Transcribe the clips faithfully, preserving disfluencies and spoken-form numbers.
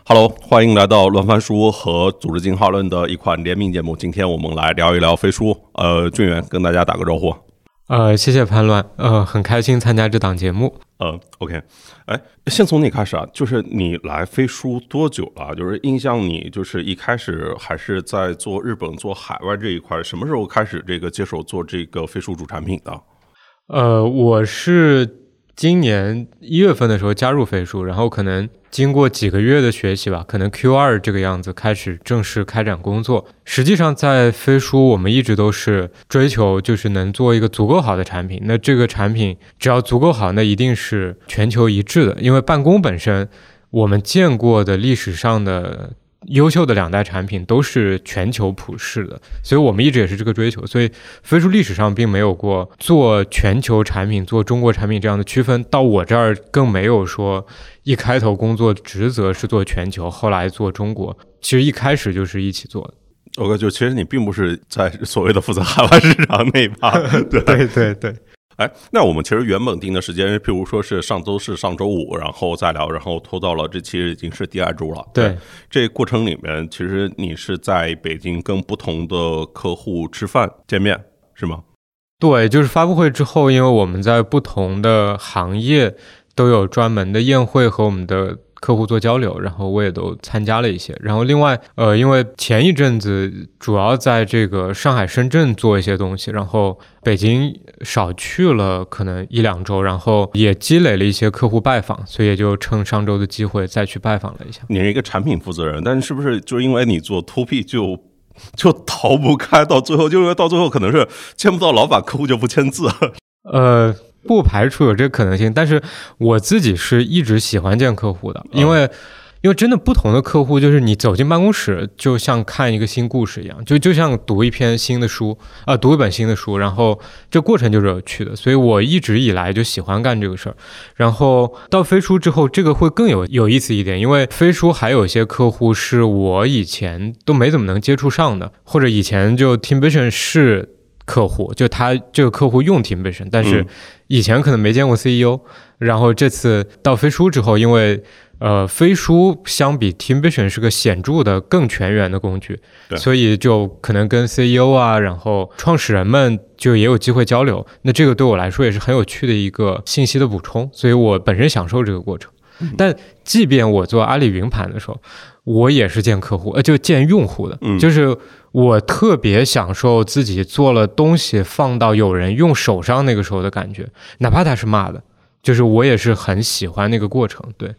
Hello， 欢迎来到乱翻书和组织进化论的一款联名节目。今天我们来聊一聊飞书。呃，俊元跟大家打个招呼。 呃，谢谢潘乱，呃，很开心参加这档节目。 呃 ，OK， 哎，先从你开始啊，就是你来飞书多久了？就是印象你就是一开始还是在做日本、做海外这一块，什么时候开始这个接手做这个飞书主产品的？ 呃，我是今年一月份的时候加入飞书，然后可能经过几个月的学习吧，可能 Q 二 这个样子开始正式开展工作。实际上在飞书我们一直都是追求就是能做一个足够好的产品，那这个产品只要足够好，那一定是全球一致的，因为办公本身我们见过的历史上的优秀的两代产品都是全球普世的，所以我们一直也是这个追求，所以飞书历史上并没有过做全球产品做中国产品这样的区分，到我这儿更没有说一开头工作职责是做全球后来做中国，其实一开始就是一起做的。 OK， 就其实你并不是在所谓的负责海外市场那一趴。对对对对。 哎，那我们其实原本定的时间，譬如说是上周是上周五，然后再聊，然后拖到了这其实已经是第二周了。 对， 对这过程里面，其实你是在北京跟不同的客户吃饭见面，是吗？ 对，就是发布会之后，因为我们在不同的行业都有专门的宴会和我们的客户做交流，然后我也都参加了一些。然后另外呃，因为前一阵子主要在这个上海深圳做一些东西，然后北京少去了可能一两周，然后也积累了一些客户拜访，所以也就趁上周的机会再去拜访了一下。 你是一个产品负责人，但是是不是就因为你做 to B 就就逃不开，到最后就因为到最后可能是签不到老板，客户就不签字。 呃不排除有这个可能性，但是我自己是一直喜欢见客户的，因为、嗯、因为真的不同的客户，就是你走进办公室就像看一个新故事一样，就就像读一篇新的书啊、呃，读一本新的书，然后这过程就是有趣的，所以我一直以来就喜欢干这个事儿。然后到飞书之后，这个会更有有意思一点，因为飞书还有一些客户是我以前都没怎么能接触上的，或者以前就 TeamVision 是客户，就他这个客户用 TeamVision， 但是以前可能没见过 C E O、嗯、然后这次到飞书之后，因为呃飞书相比 TeamVision 是个显著的更全员的工具，所以就可能跟 C E O 啊，然后创始人们就也有机会交流，那这个对我来说也是很有趣的一个信息的补充，所以我本身享受这个过程、嗯、但即便我做阿里云盘的时候，我也是见客户呃，就见用户的、嗯、就是我特别享受自己做了东西放到有人用手上那个时候的感觉，哪怕他是骂的，就是我也是很喜欢那个过程。对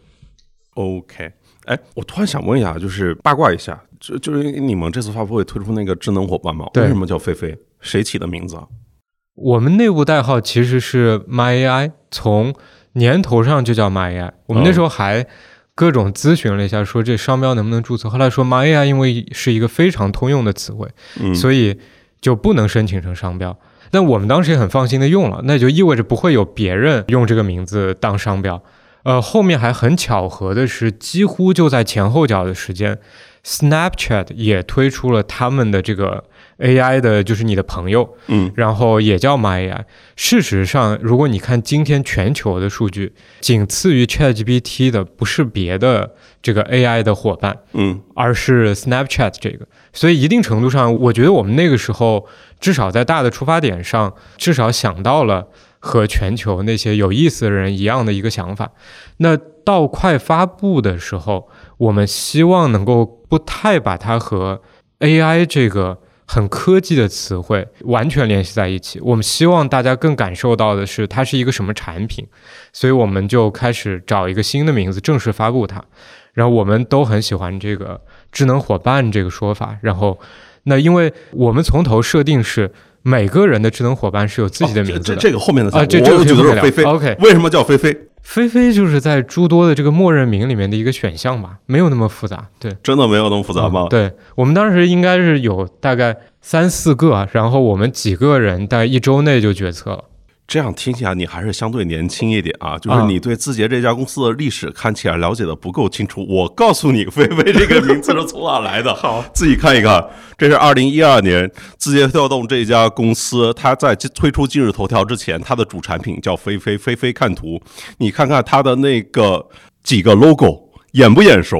OK， 哎，我突然想问一下，就是八卦一下，就就是你们这次发布会推出那个智能伙伴嘛，为什么叫飞飞？谁起的名字啊？ 我们内部代号其实是 MyAI， 从年头上就叫 MyAI， 我们那时候还各种咨询了一下，说这商标能不能注册，后来说 MyAI 因为是一个非常通用的词汇、嗯、所以就不能申请成商标，但我们当时也很放心的用了，那就意味着不会有别人用这个名字当商标。呃，后面还很巧合的是，几乎就在前后脚的时间 Snapchat 也推出了他们的这个 A I 的，就是你的朋友，嗯，然后也叫 MyAI。事实上，如果你看今天全球的数据，仅次于 ChatGPT 的不是别的这个 A I 的伙伴，嗯，而是 Snapchat 这个。所以一定程度上，我觉得我们那个时候至少在大的出发点上，至少想到了和全球那些有意思的人一样的一个想法。那到快发布的时候，我们希望能够不太把它和 A I 这个很科技的词汇完全联系在一起，我们希望大家更感受到的是它是一个什么产品，所以我们就开始找一个新的名字正式发布它。然后我们都很喜欢这个智能伙伴这个说法，然后那因为我们从头设定是每个人的智能伙伴是有自己的名字的、 哦、这, 这个后面的啊，这这个觉得是飞飞。 OK， 为什么叫飞飞？ 飞飞就是在诸多的这个默认名里面的一个选项吧，没有那么复杂。对， 真的没有那么复杂吗？ 嗯、对，我们当时应该是有大概三四个，然后我们几个人大概一周内就决策了。 这样听起来你还是相对年轻一点啊，就是你对字节这家公司的历史看起来了解的不够清楚。我告诉你，飞飞这个名字是从哪来的？好，自己看一看。这是二零一二年字节跳动这家公司，它在推出今日头条之前，它的主产品叫飞飞，飞飞看图。你看看它的那个几个 logo， 眼不眼熟？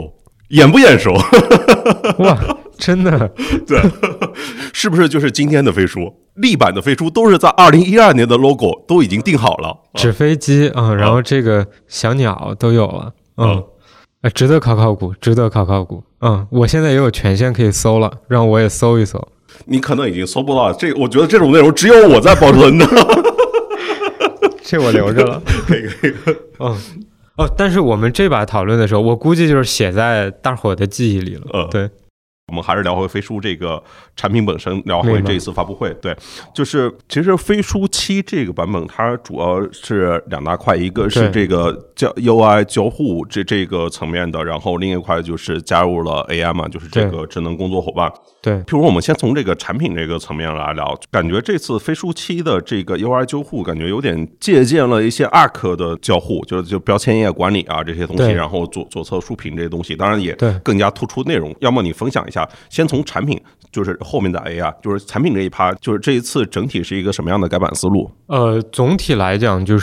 眼不眼熟？ 哇，真的， 对，是不是就是今天的飞书？立版的飞书都是在二零一二年的 logo 都已经定好了， 纸飞机啊、嗯，然后这个小鸟都有了，嗯，嗯值得考考古，值得考考古，嗯，我现在也有权限可以搜了，让我也搜一搜。 你可能已经搜不到这，我觉得这种内容只有我在保存的， 这我留着了， 可以可以， 嗯。哦，但是我们这把讨论的时候，我估计就是写在大伙的记忆里了。 嗯， 对。 我们还是聊回飞书这个产品本身，聊回这一次发布会。对，就是其实飞书七这个版本，它主要是两大块，一个是这个交 U I 交互这这个层面的，然后另一块就是加入了 A I 嘛，就是这个智能工作伙伴。 对， 譬如我们先从这个产品这个层面来聊，感觉这次飞书七的这个 U I 交互，感觉有点借鉴了一些 Arc 的交互，就就标签页管理啊这些东西，然后左左侧竖屏这些东西，当然也更加突出内容。要么你分享一下，先从产品，就是后面的 A I， 就是产品这一趴，就是这一次整体是一个什么样的改版思路？ 呃，总体来讲就是，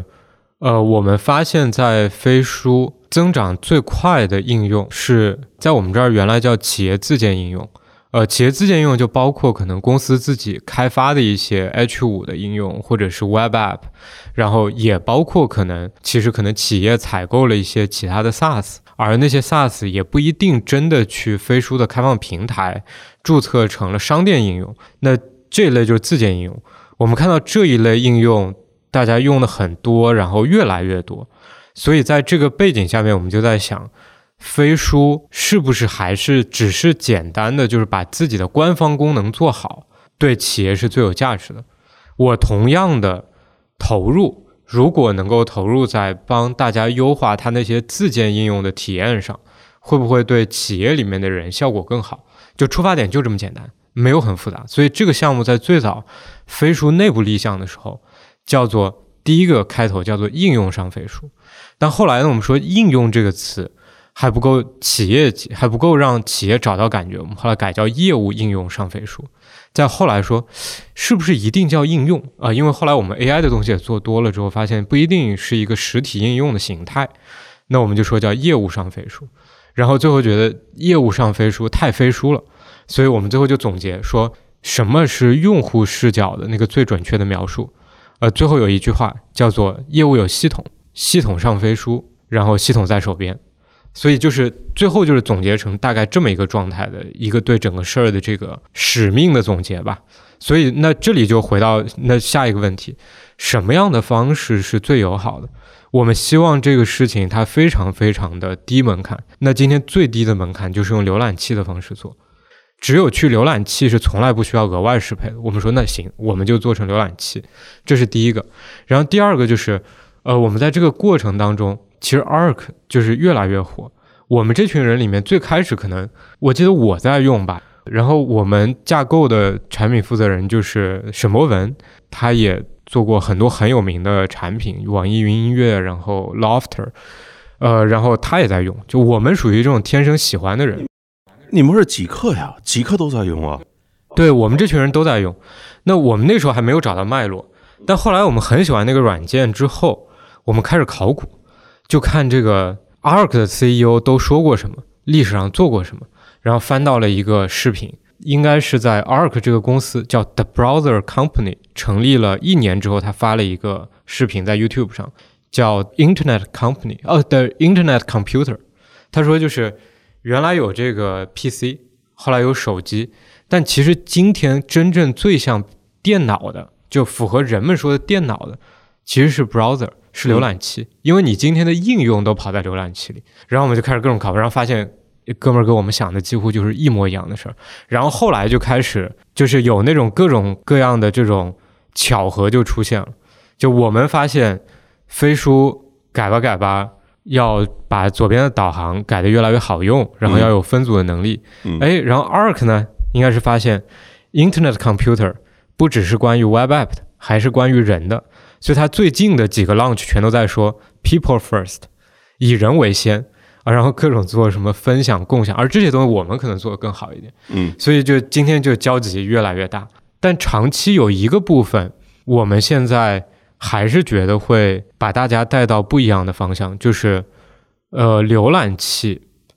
呃，我们发现在飞书增长最快的应用是在我们这儿原来叫企业自建应用。呃，企业自建应用就包括可能公司自己开发的一些 H 五 的应用，或者是 Web App， 然后也包括可能其实可能企业采购了一些其他的 SaaS， 而那些 SaaS 也不一定真的去飞书的开放平台注册成了商店应用，那这一类就是自建应用。我们看到这一类应用大家用的很多，然后越来越多，所以在这个背景下面，我们就在想，飞书是不是还是只是简单的就是把自己的官方功能做好，对企业是最有价值的。我同样的投入，如果能够投入在帮大家优化它那些自建应用的体验上，会不会对企业里面的人效果更好？就出发点就这么简单，没有很复杂。所以这个项目在最早飞书内部立项的时候，叫做第一个开头叫做应用上飞书，但后来呢，我们说应用这个词还不够企业还不够让企业找到感觉，我们后来改叫业务应用上飞书。再后来说是不是一定叫应用啊、呃？因为后来我们 A I 的东西也做多了之后，发现不一定是一个实体应用的形态，那我们就说叫业务上飞书。然后最后觉得业务上飞书太飞书了，所以我们最后就总结说什么是用户视角的那个最准确的描述。呃，最后有一句话叫做业务有系统，系统上飞书，然后系统在手边。所以就是最后就是总结成大概这么一个状态的一个对整个事儿的这个使命的总结吧。所以那这里就回到那下一个问题，什么样的方式是最友好的？我们希望这个事情它非常非常的低门槛，那今天最低的门槛就是用浏览器的方式做，只有去浏览器是从来不需要额外适配的。我们说那行，我们就做成浏览器，这是第一个。然后第二个就是呃，我们在这个过程当中，其实 Arc 就是越来越火。我们这群人里面最开始可能我记得我在用吧，然后我们架构的产品负责人就是沈博文，他也做过很多很有名的产品，网易云音乐，然后 Lofter， 呃，然后他也在用。就我们属于这种天生喜欢的人。 你们是极客呀，极客都在用啊。 对，我们这群人都在用。那我们那时候还没有找到脉络，但后来我们很喜欢那个软件之后，我们开始考古，就看这个 Arc 的 C E O 都说过什么，历史上做过什么，然后翻到了一个视频，应该是在 Arc 这个公司叫 The Browser Company 成立了一年之后，他发了一个视频在 YouTube 上，叫 Internet Company， 哦 The Internet Computer。他说就是原来有这个 P C， 后来有手机，但其实今天真正最像电脑的，就符合人们说的电脑的，其实是 browser， 是浏览器、嗯、因为你今天的应用都跑在浏览器里。然后我们就开始各种考，然后发现哥们儿跟我们想的几乎就是一模一样的事儿。然后后来就开始就是有那种各种各样的这种巧合就出现了，就我们发现飞书改吧改吧，要把左边的导航改得越来越好用，然后要有分组的能力、嗯、哎，然后 Arc 呢应该是发现 Internet Computer 不只是关于 Web App 的，还是关于人的，所以他最近的几个 launch 全都在说 People First， 以人为先啊，然后各种做什么分享共享，而这些东西我们可能做得更好一点， 嗯， 所以就今天就交集越来越大。但长期有一个部分我们现在还是觉得会把大家带到不一样的方向，就是呃，浏览器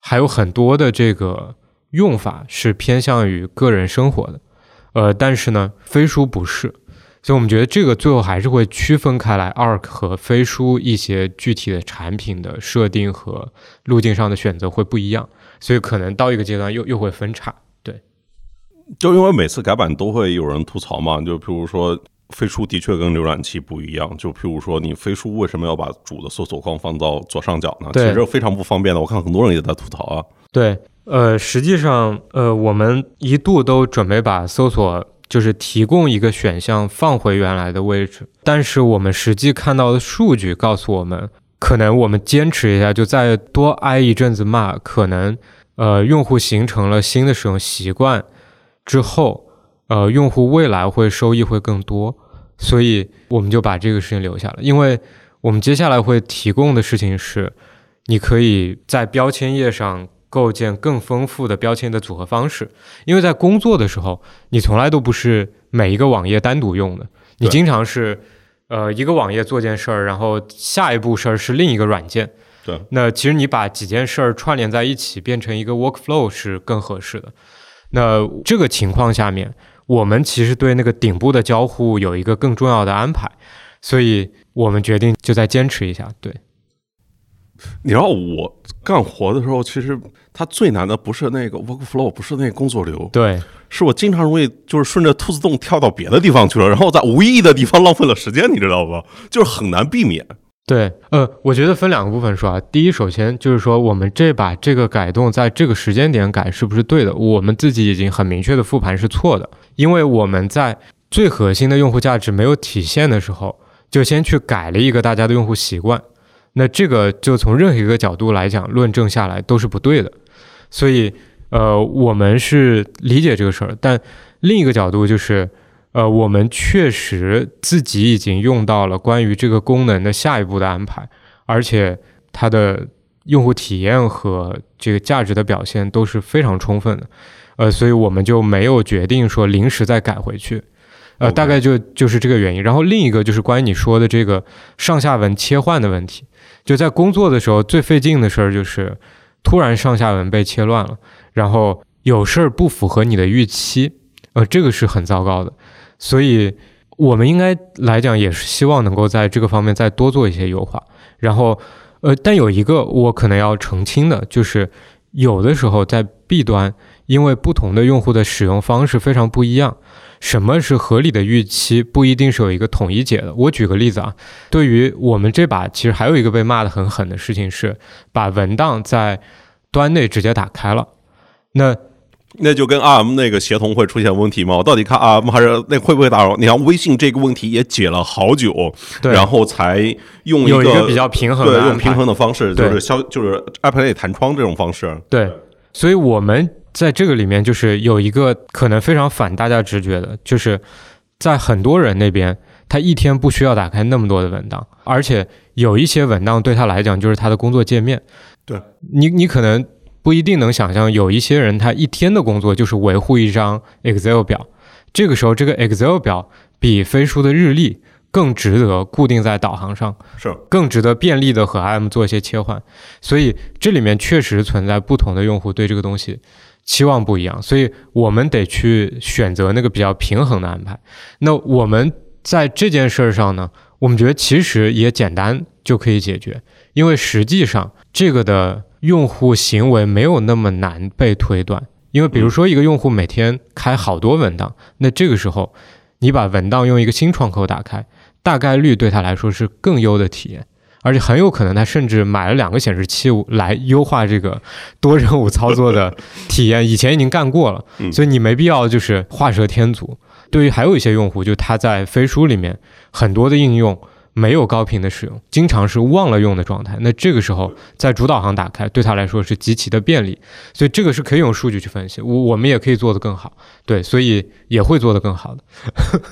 还有很多的这个用法是偏向于个人生活的，呃，但是呢，飞书不是，所以我们觉得这个最后还是会区分开来 Arc 和飞书一些具体的产品的设定和路径上的选择会不一样，所以可能到一个阶段又又会分叉。对， 就因为每次改版都会有人吐槽嘛，就譬如说飞书的确跟浏览器不一样，就譬如说你飞书为什么要把主的搜索框放到左上角呢？其实非常不方便的，我看很多人也在吐槽啊。 对，呃，实际上，呃，我们一度都准备把搜索就是提供一个选项放回原来的位置，但是我们实际看到的数据告诉我们，可能我们坚持一下，就再多挨一阵子骂，可能呃用户形成了新的使用习惯之后，呃用户未来会收益会更多，所以我们就把这个事情留下了。因为我们接下来会提供的事情是，你可以在标签页上构建更丰富的标签的组合方式，因为在工作的时候，你从来都不是每一个网页单独用的，你经常是呃一个网页做件事儿，然后下一步事儿是另一个软件。 对， 那其实你把几件事儿串联在一起，变成一个 workflow 是更合适的。那这个情况下面，我们其实对那个顶部的交互有一个更重要的安排，所以我们决定就再坚持一下。对。 你知道我干活的时候，其实它最难的不是那个 workflow， 不是那个工作流， 对， 是我经常容易就是顺着兔子洞跳到别的地方去了，然后在无意义的地方浪费了时间，你知道吧？就是很难避免。 对，呃，我觉得分两个部分说啊。第一，首先就是说，我们这把这个改动在这个时间点改是不是对的？我们自己已经很明确的复盘是错的，因为我们在最核心的用户价值没有体现的时候，就先去改了一个大家的用户习惯。那这个就从任何一个角度来讲，论证下来都是不对的，所以呃，我们是理解这个事儿，但另一个角度就是，呃，我们确实自己已经用到了关于这个功能的下一步的安排，而且它的用户体验和这个价值的表现都是非常充分的，呃，所以我们就没有决定说临时再改回去。呃，大概就就是这个原因。然后另一个就是关于你说的这个上下文切换的问题，就在工作的时候最费劲的事儿就是突然上下文被切乱了，然后有事儿不符合你的预期，呃，这个是很糟糕的。所以我们应该来讲也是希望能够在这个方面再多做一些优化。然后，呃，但有一个我可能要澄清的，就是有的时候在 B 端，因为不同的用户的使用方式非常不一样。什么是合理的预期不一定是有一个统一解的。我举个例子啊，对于我们这把其实还有一个被骂得很狠的事情是把文档在端内直接打开了，那那就跟 R M 那个协同会出现问题吗？我到底看 R M 还是那会不会打扰？你看微信这个问题也解了好久，然后才用一个有一个比较平衡的对用平衡的方式，就是消就是 ApplePlay 弹窗这种方式。 对，所以我们在这个里面就是有一个可能非常反大家直觉的，就是在很多人那边他一天不需要打开那么多的文档，而且有一些文档对他来讲就是他的工作界面。 对， 你你可能不一定能想象，有一些人他一天的工作就是维护一张 Excel 表，这个时候这个 Excel 表比飞书的日历更值得固定在导航上， 是更值得便利的和 I M 做一些切换。所以这里面确实存在不同的用户对这个东西期望不一样，所以我们得去选择那个比较平衡的安排。那我们在这件事上呢，我们觉得其实也简单就可以解决，因为实际上这个的用户行为没有那么难被推断。因为比如说一个用户每天开好多文档，那这个时候你把文档用一个新窗口打开，大概率对他来说是更优的体验，而且很有可能他甚至买了两个显示器来优化这个多任务操作的体验，以前已经干过了，所以你没必要就是画蛇添足。对于还有一些用户，就他在飞书里面很多的应用没有高频的使用，经常是忘了用的状态，那这个时候在主导航打开对他来说是极其的便利，所以这个是可以用数据去分析，我我们也可以做得更好，对，所以也会做得更好的。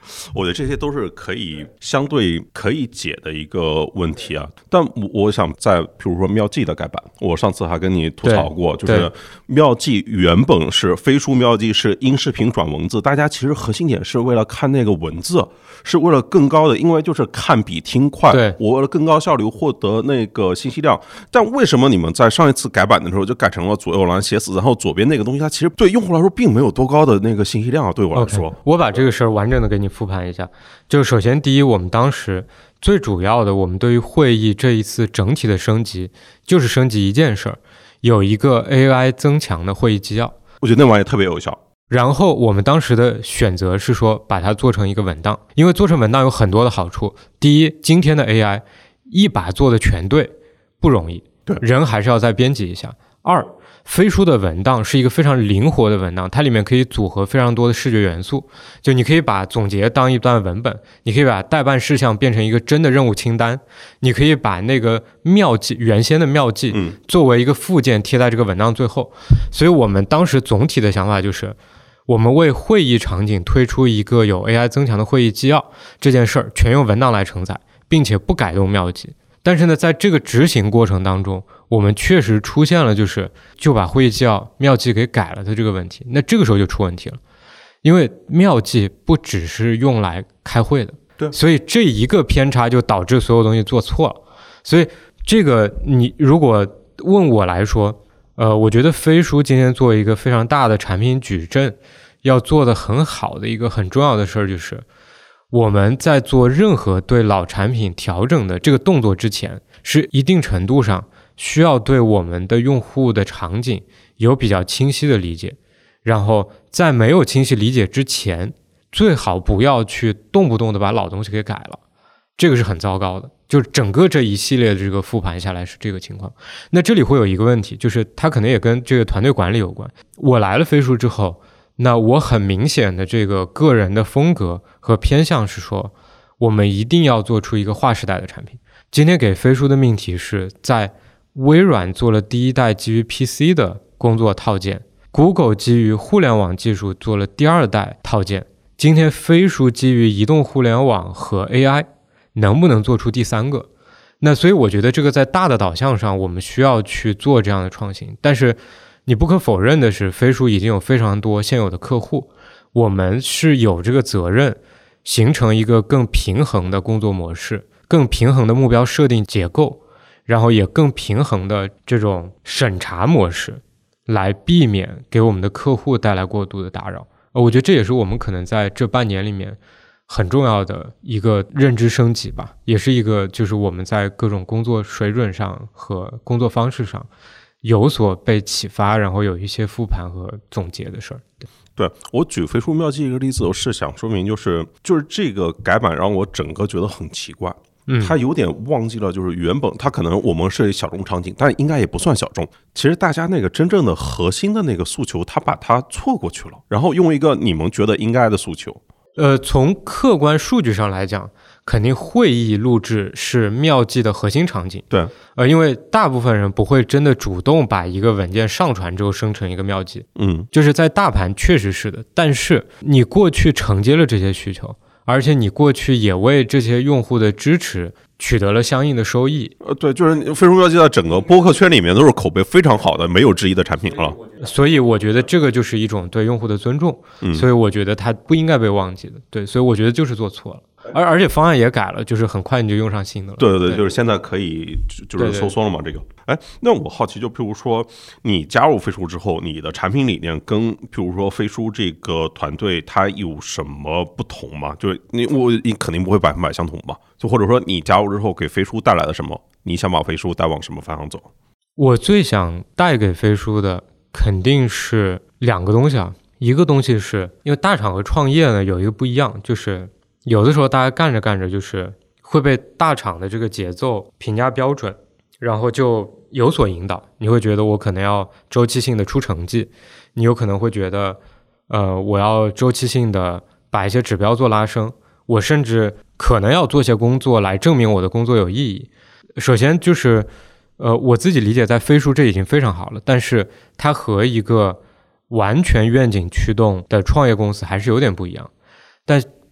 我觉得这些都是可以相对可以解的一个问题啊。但我想在比如说妙计的改版，我上次还跟你吐槽过，就是妙计原本是飞书妙计是音视频转文字，大家其实核心点是为了看那个文字，是为了更高的，因为就是看比听快，我为了更高效率获得那个信息量。但为什么你们在上一次改版的时候就改成了左右栏写死，然后左边那个东西它其实对用户来说并没有多高的那个信息量啊？对我来说， okay, 我把这个事儿完整的给你复盘一下。就是首先第一，我们当时最主要的，我们对于会议这一次整体的升级，就是升级一件事儿，有一个 A I 增强的会议纪要。 我觉得那玩意特别有效。 然后我们当时的选择是说把它做成一个文档，因为做成文档有很多的好处。第一，今天的 A I 一把做的全对不容易， 对， 人还是要再编辑一下。二，飞书的文档是一个非常灵活的文档，它里面可以组合非常多的视觉元素，就你可以把总结当一段文本，你可以把待办事项变成一个真的任务清单，你可以把那个妙计原先的妙计作为一个附件贴在这个文档最后。所以我们当时总体的想法就是我们为会议场景推出一个有 A I 增强的会议纪要，这件事儿全用文档来承载，并且不改动妙计。但是呢，在这个执行过程当中，我们确实出现了就是就把会议纪要妙计给改了的这个问题。那这个时候就出问题了，因为妙计不只是用来开会的， 对， 所以这一个偏差就导致所有东西做错了。所以这个你如果问我来说，呃，我觉得飞书今天做一个非常大的产品矩阵，要做的很好的一个很重要的事儿，就是我们在做任何对老产品调整的这个动作之前，是一定程度上需要对我们的用户的场景有比较清晰的理解，然后在没有清晰理解之前，最好不要去动不动的把老东西给改了，这个是很糟糕的。就是整个这一系列的这个复盘下来是这个情况。那这里会有一个问题，就是它可能也跟这个团队管理有关。我来了飞书之后，那我很明显的这个个人的风格和偏向是说，我们一定要做出一个划时代的产品。今天给飞书的命题是在微软做了第一代基于 P C 的工作套件， Google 基于互联网技术做了第二代套件，今天飞书基于移动互联网和 A I 能不能做出第三个？那所以我觉得这个在大的导向上我们需要去做这样的创新。但是你不可否认的是，飞书已经有非常多现有的客户，我们是有这个责任形成一个更平衡的工作模式，更平衡的目标设定结构，然后也更平衡的这种审查模式，来避免给我们的客户带来过度的打扰。我觉得这也是我们可能在这半年里面很重要的一个认知升级吧，也是一个就是我们在各种工作水准上和工作方式上有所被启发，然后有一些复盘和总结的事儿。 对，我举飞书妙计一个例子，我是想说明就是就是这个改版让我整个觉得很奇怪。嗯，他有点忘记了，就是原本他可能我们是小众场景，但应该也不算小众。其实大家那个真正的核心的那个诉求，他把它错过去了，然后用一个你们觉得应该的诉求。 呃，从客观数据上来讲，肯定会议录制是妙计的核心场景。 对， 呃，因为大部分人不会真的主动把一个文件上传之后生成一个妙计。 嗯， 就是在大盘确实是的，但是你过去承接了这些需求，而且你过去也为这些用户的支持取得了相应的收益。 呃，对，就是飞书妙计在整个播客圈里面都是口碑非常好的，没有之一的产品了。 所以我觉得这个就是一种对用户的尊重， 嗯、 所以我觉得它不应该被忘记的。对，所以我觉得就是做错了，而而且方案也改了，就是很快你就用上新的了。 对对对，就是现在可以就是收缩了嘛，这个。哎，那我好奇，就譬如说你加入飞书之后，你的产品理念跟譬如说飞书这个团队它有什么不同吗？就是你我你肯定不会百分百相同吧？就或者说你加入之后给飞书带来了什么？你想把飞书带往什么方向走？ 我最想带给飞书的肯定是两个东西啊。一个东西是因为大厂和创业呢有一个不一样，就是有的时候大家干着干着就是会被大厂的这个节奏评价标准，然后就有所引导。你会觉得我可能要周期性的出成绩，你有可能会觉得呃，我要周期性的把一些指标做拉升，我甚至可能要做些工作来证明我的工作有意义。首先就是呃，我自己理解在飞书这已经非常好了，但是它和一个完全愿景驱动的创业公司还是有点不一样。但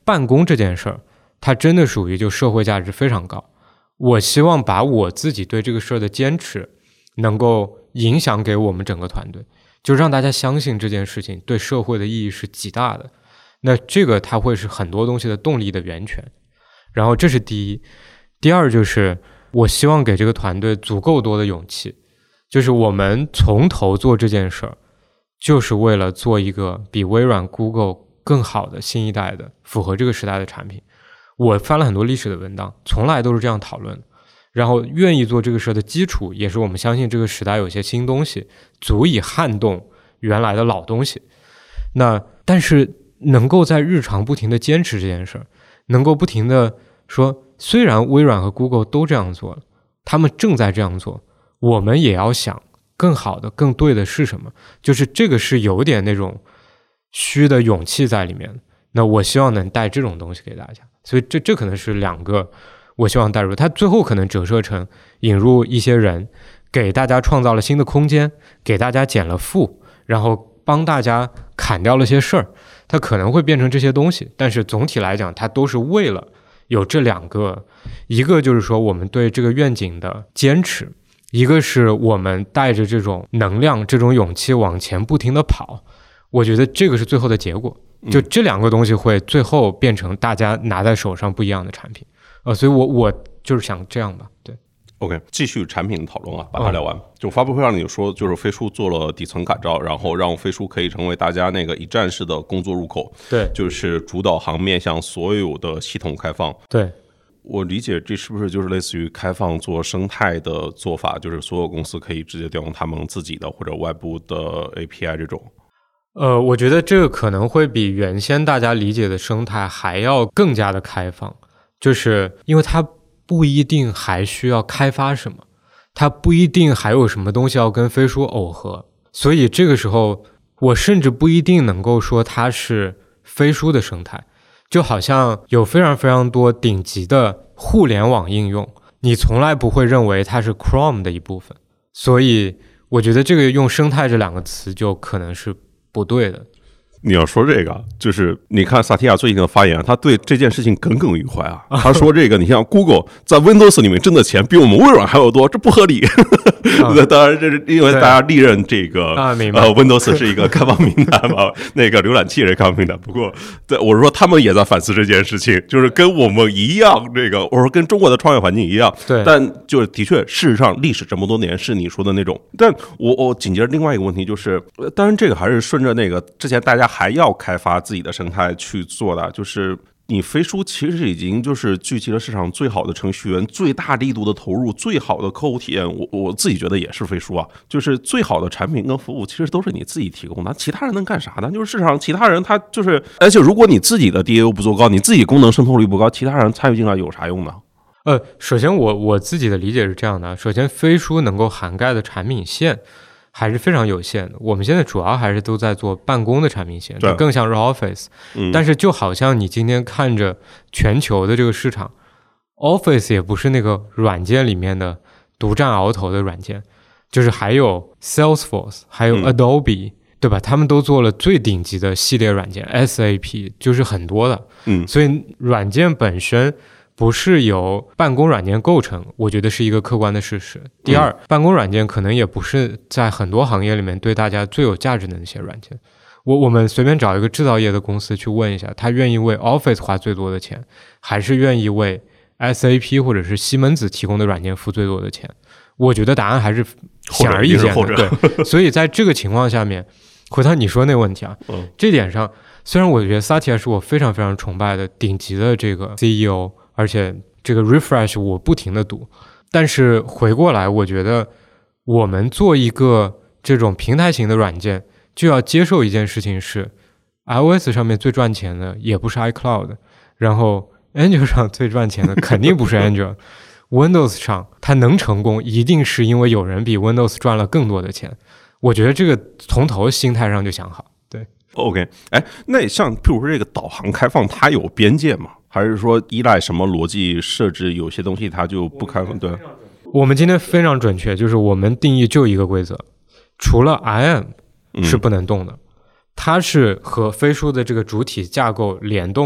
办公这件事儿，它真的属于就社会价值非常高。我希望把我自己对这个事儿的坚持能够影响给我们整个团队，就让大家相信这件事情对社会的意义是极大的。那这个它会是很多东西的动力的源泉。然后这是第一。第二就是我希望给这个团队足够多的勇气，就是我们从头做这件事儿，就是为了做一个比微软 Google 更好的新一代的符合这个时代的产品。我翻了很多历史的文档，从来都是这样讨论的。然后愿意做这个事的基础也是我们相信这个时代有些新东西足以撼动原来的老东西。那但是能够在日常不停的坚持这件事，能够不停的说虽然微软和 Google 都这样做了，他们正在这样做，我们也要想更好的更对的是什么，就是这个是有点那种虚的勇气在里面的。那我希望能带这种东西给大家，所以这这可能是两个我希望带入。它最后可能折射成引入一些人，给大家创造了新的空间，给大家减了负，然后帮大家砍掉了些事儿，它可能会变成这些东西。但是总体来讲，它都是为了有这两个，一个就是说我们对这个愿景的坚持，一个是我们带着这种能量这种勇气往前不停的跑。我觉得这个是最后的结果，就这两个东西会最后变成大家拿在手上不一样的产品。呃，所以我我就是想这样吧。对 OK， 继续产品讨论啊，把它聊完。嗯、就发布会上你说，就是飞书做了底层改造，然后让飞书可以成为大家那个一站式的工作入口。 对， 就是主导航面向所有的系统开放。 对， 我理解这是不是就是类似于开放做生态的做法，就是所有公司可以直接调用他们自己的或者外部的 A P I 这种。 呃，我觉得这个可能会比原先大家理解的生态还要更加的开放，就是因为它不一定还需要开发什么，它不一定还有什么东西要跟飞书耦合，所以这个时候我甚至不一定能够说它是飞书的生态。就好像有非常非常多顶级的互联网应用，你从来不会认为它是 Chrome 的一部分，所以我觉得这个用生态这两个词就可能是不对的。 你要说这个，就是你看萨提亚最近的发言，他对这件事情耿耿于怀啊。他说这个，你像 Google 在 Windows 里面挣的钱比我们微软还要多，这不合理。啊、当然，这是因为大家历任这个、啊、呃 Windows 是一个开放平台嘛，那个浏览器也是开放平台。不过，对我是说，他们也在反思这件事情，就是跟我们一样，这个我说跟中国的创业环境一样。 对， 但就是的确，事实上历史这么多年是你说的那种。但我我紧接着另外一个问题就是，当然这个还是顺着那个之前大家还要开发自己的生态去做的，就是你飞书其实已经就是聚集了市场最好的程序员，最大力度的投入，最好的客户体验。我我自己觉得也是飞书啊，就是最好的产品跟服务其实都是你自己提供的，其他人能干啥呢？就是市场其他人他就是，而且如果你自己的 D A U 不足高，你自己功能渗透率不高，其他人参与进来有啥用呢？ 呃，首先我我自己的理解是这样的，首先飞书能够涵盖的产品线还是非常有限的，我们现在主要还是都在做办公的产品线，这更像是 Office、嗯、但是就好像你今天看着全球的这个市场， Office 也不是那个软件里面的独占鳌头的软件，就是还有 Salesforce 还有 Adobe、嗯、对吧，他们都做了最顶级的系列软件 S A P 就是很多的、嗯、所以软件本身不是由办公软件构成，我觉得是一个客观的事实。第二、嗯、办公软件可能也不是在很多行业里面对大家最有价值的那些软件。我我们随便找一个制造业的公司去问一下，他愿意为 Office 花最多的钱，还是愿意为 S A P 或者是西门子提供的软件付最多的钱？我觉得答案还是显而易见的。对，所以在这个情况下面，回到你说那个问题啊、嗯，这点上虽然我觉得 Satya 是我非常非常崇拜的顶级的这个 C E O，而且这个 refresh 我不停的读，但是回过来我觉得我们做一个这种平台型的软件就要接受一件事情是 iOS 上面最赚钱的也不是 iCloud， 然后 Android 上最赚钱的肯定不是 Android Windows 上它能成功一定是因为有人比 Windows 赚了更多的钱，我觉得这个从头心态上就想好。对 OK， 哎，那像譬如说这个导航开放它有边界吗？还是说依赖什么逻辑设置，有些东西它就不开放？对， 我们今天非常准确，就是我们定义就一个规则，除了 I M 是不能动的、嗯、它是和飞书的这个主体架构联动的，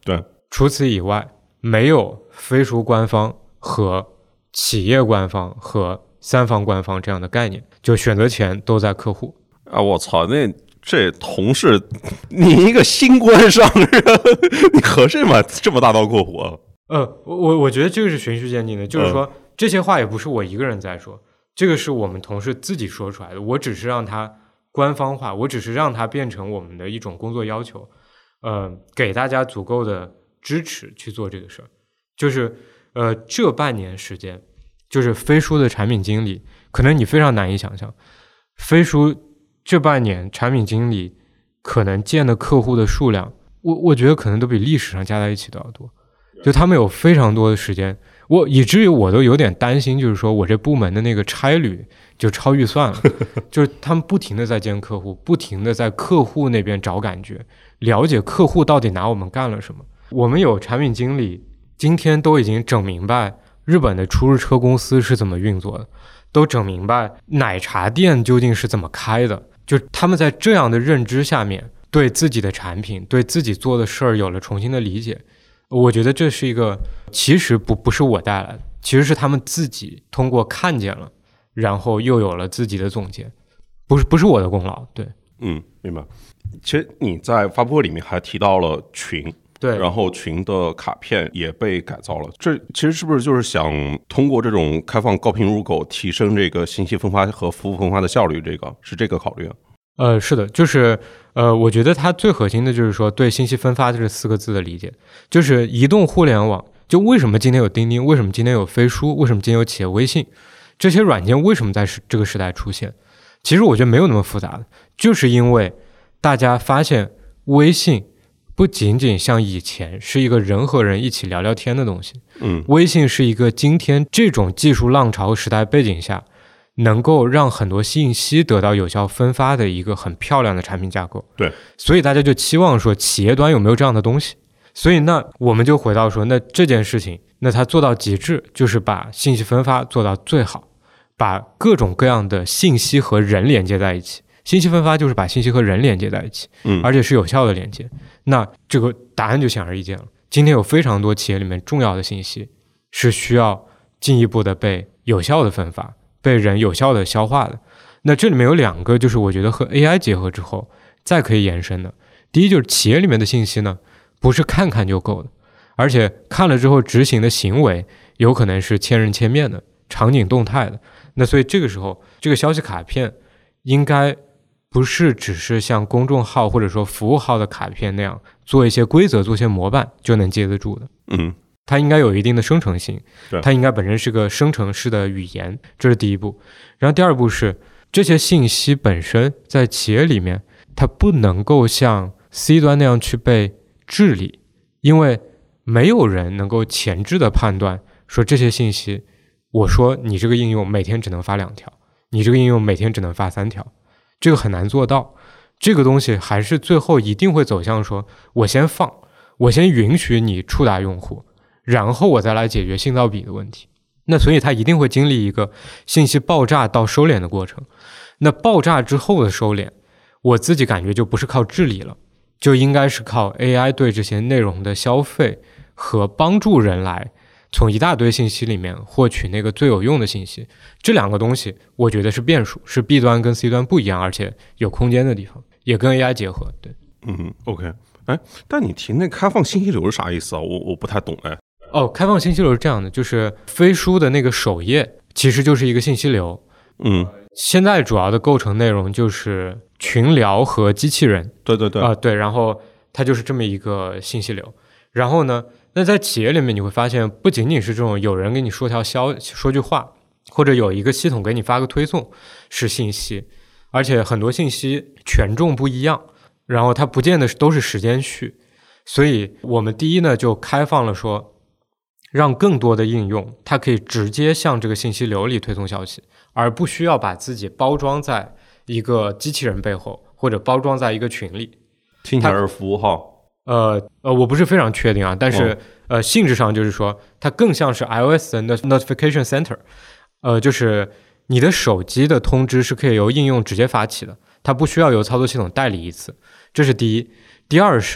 对， 除此以外没有飞书官方和企业官方和三方官方这样的概念，就选择权都在客户啊！我操，那这同事，你一个新官上任，你合适吗？这么大刀阔斧啊！ 呃，我我觉得这个是循序渐进的，就是说、嗯、这些话也不是我一个人在说，这个是我们同事自己说出来的，我只是让它官方化，我只是让它变成我们的一种工作要求，呃，给大家足够的支持去做这个事儿。就是呃，这半年时间，就是飞书的产品经理，可能你非常难以想象，飞书这半年产品经理可能见的客户的数量，我我觉得可能都比历史上加在一起都要多。就他们有非常多的时间，我以至于我都有点担心，就是说我这部门的那个差旅就超预算了，就是他们不停的在见客户，不停的在客户那边找感觉，了解客户到底拿我们干了什么。我们有产品经理今天都已经整明白日本的出租车公司是怎么运作的，都整明白奶茶店究竟是怎么开的，就他们在这样的认知下面，对自己的产品，对自己做的事儿有了重新的理解。我觉得这是一个其实不不是我带来的，其实是他们自己通过看见了，然后又有了自己的总结，不是不是我的功劳。对， 嗯，明白。其实你在发布会里面还提到了群， 对， 然后群的卡片也被改造了，这其实是不是就是想通过这种开放高频入口提升这个信息分发和服务分发的效率？这个是这个考虑啊？ 呃，是的，就是呃，我觉得它最核心的就是说对信息分发这四个字的理解，就是移动互联网，就为什么今天有钉钉，为什么今天有飞书，为什么今天有企业微信，这些软件为什么在这个时代出现？其实我觉得没有那么复杂的，就是因为大家发现微信不仅仅像以前是一个人和人一起聊聊天的东西， 嗯， 微信是一个今天这种技术浪潮时代背景下能够让很多信息得到有效分发的一个很漂亮的产品架构。 对， 所以大家就期望说企业端有没有这样的东西。所以那我们就回到说，那这件事情，那它做到极致，就是把信息分发做到最好，把各种各样的信息和人连接在一起。信息分发就是把信息和人连接在一起， 嗯， 而且是有效的连接。那这个答案就显而易见了。今天有非常多企业里面重要的信息是需要进一步的被有效的分发，被人有效的消化的。那这里面有两个，就是我觉得和 A I 结合之后再可以延伸的。第一，就是企业里面的信息呢，不是看看就够的，而且看了之后执行的行为有可能是千人千面的，场景动态的。那所以这个时候，这个消息卡片应该不是只是像公众号或者说服务号的卡片那样做一些规则，做一些模板就能接得住的。 嗯， 它应该有一定的生成性， 对， 它应该本身是个生成式的语言，这是第一步。然后第二步是这些信息本身在企业里面，它不能够像 C 端那样去被治理，因为没有人能够前置的判断说这些信息，我说你这个应用每天只能发两条，你这个应用每天只能发三条，这个很难做到。这个东西还是最后一定会走向说，我先放，我先允许你触达用户，然后我再来解决信噪比的问题。那所以它一定会经历一个信息爆炸到收敛的过程。那爆炸之后的收敛，我自己感觉就不是靠治理了，就应该是靠 A I 对这些内容的消费和帮助人来从一大堆信息里面获取那个最有用的信息。这两个东西我觉得是变数，是 B 端跟 C 端不一样，而且有空间的地方，也跟 A I 结合。对， 嗯 ，OK， 哎，但你提那开放信息流是啥意思啊？我我不太懂哎。 哦，开放信息流是这样的，就是飞书的那个首页其实就是一个信息流。 嗯， 现在主要的构成内容就是群聊和机器人。 对对对， 啊、呃，对，然后它就是这么一个信息流。然后呢，那在企业里面你会发现，不仅仅是这种有人给你说条消说句话，或者有一个系统给你发个推送是信息，而且很多信息权重不一样，然后它不见得都是时间序。所以我们第一呢就开放了说，让更多的应用它可以直接向这个信息流里推送消息，而不需要把自己包装在一个机器人背后，或者包装在一个群里。 听起来是服务号。 呃呃，我不是非常确定啊，但是、哦、呃，性质上就是说，它更像是 iOS 的 Notification Center， 呃，就是你的手机的通知是可以由应用直接发起的，它不需要由操作系统代理一次，这是第一。第二是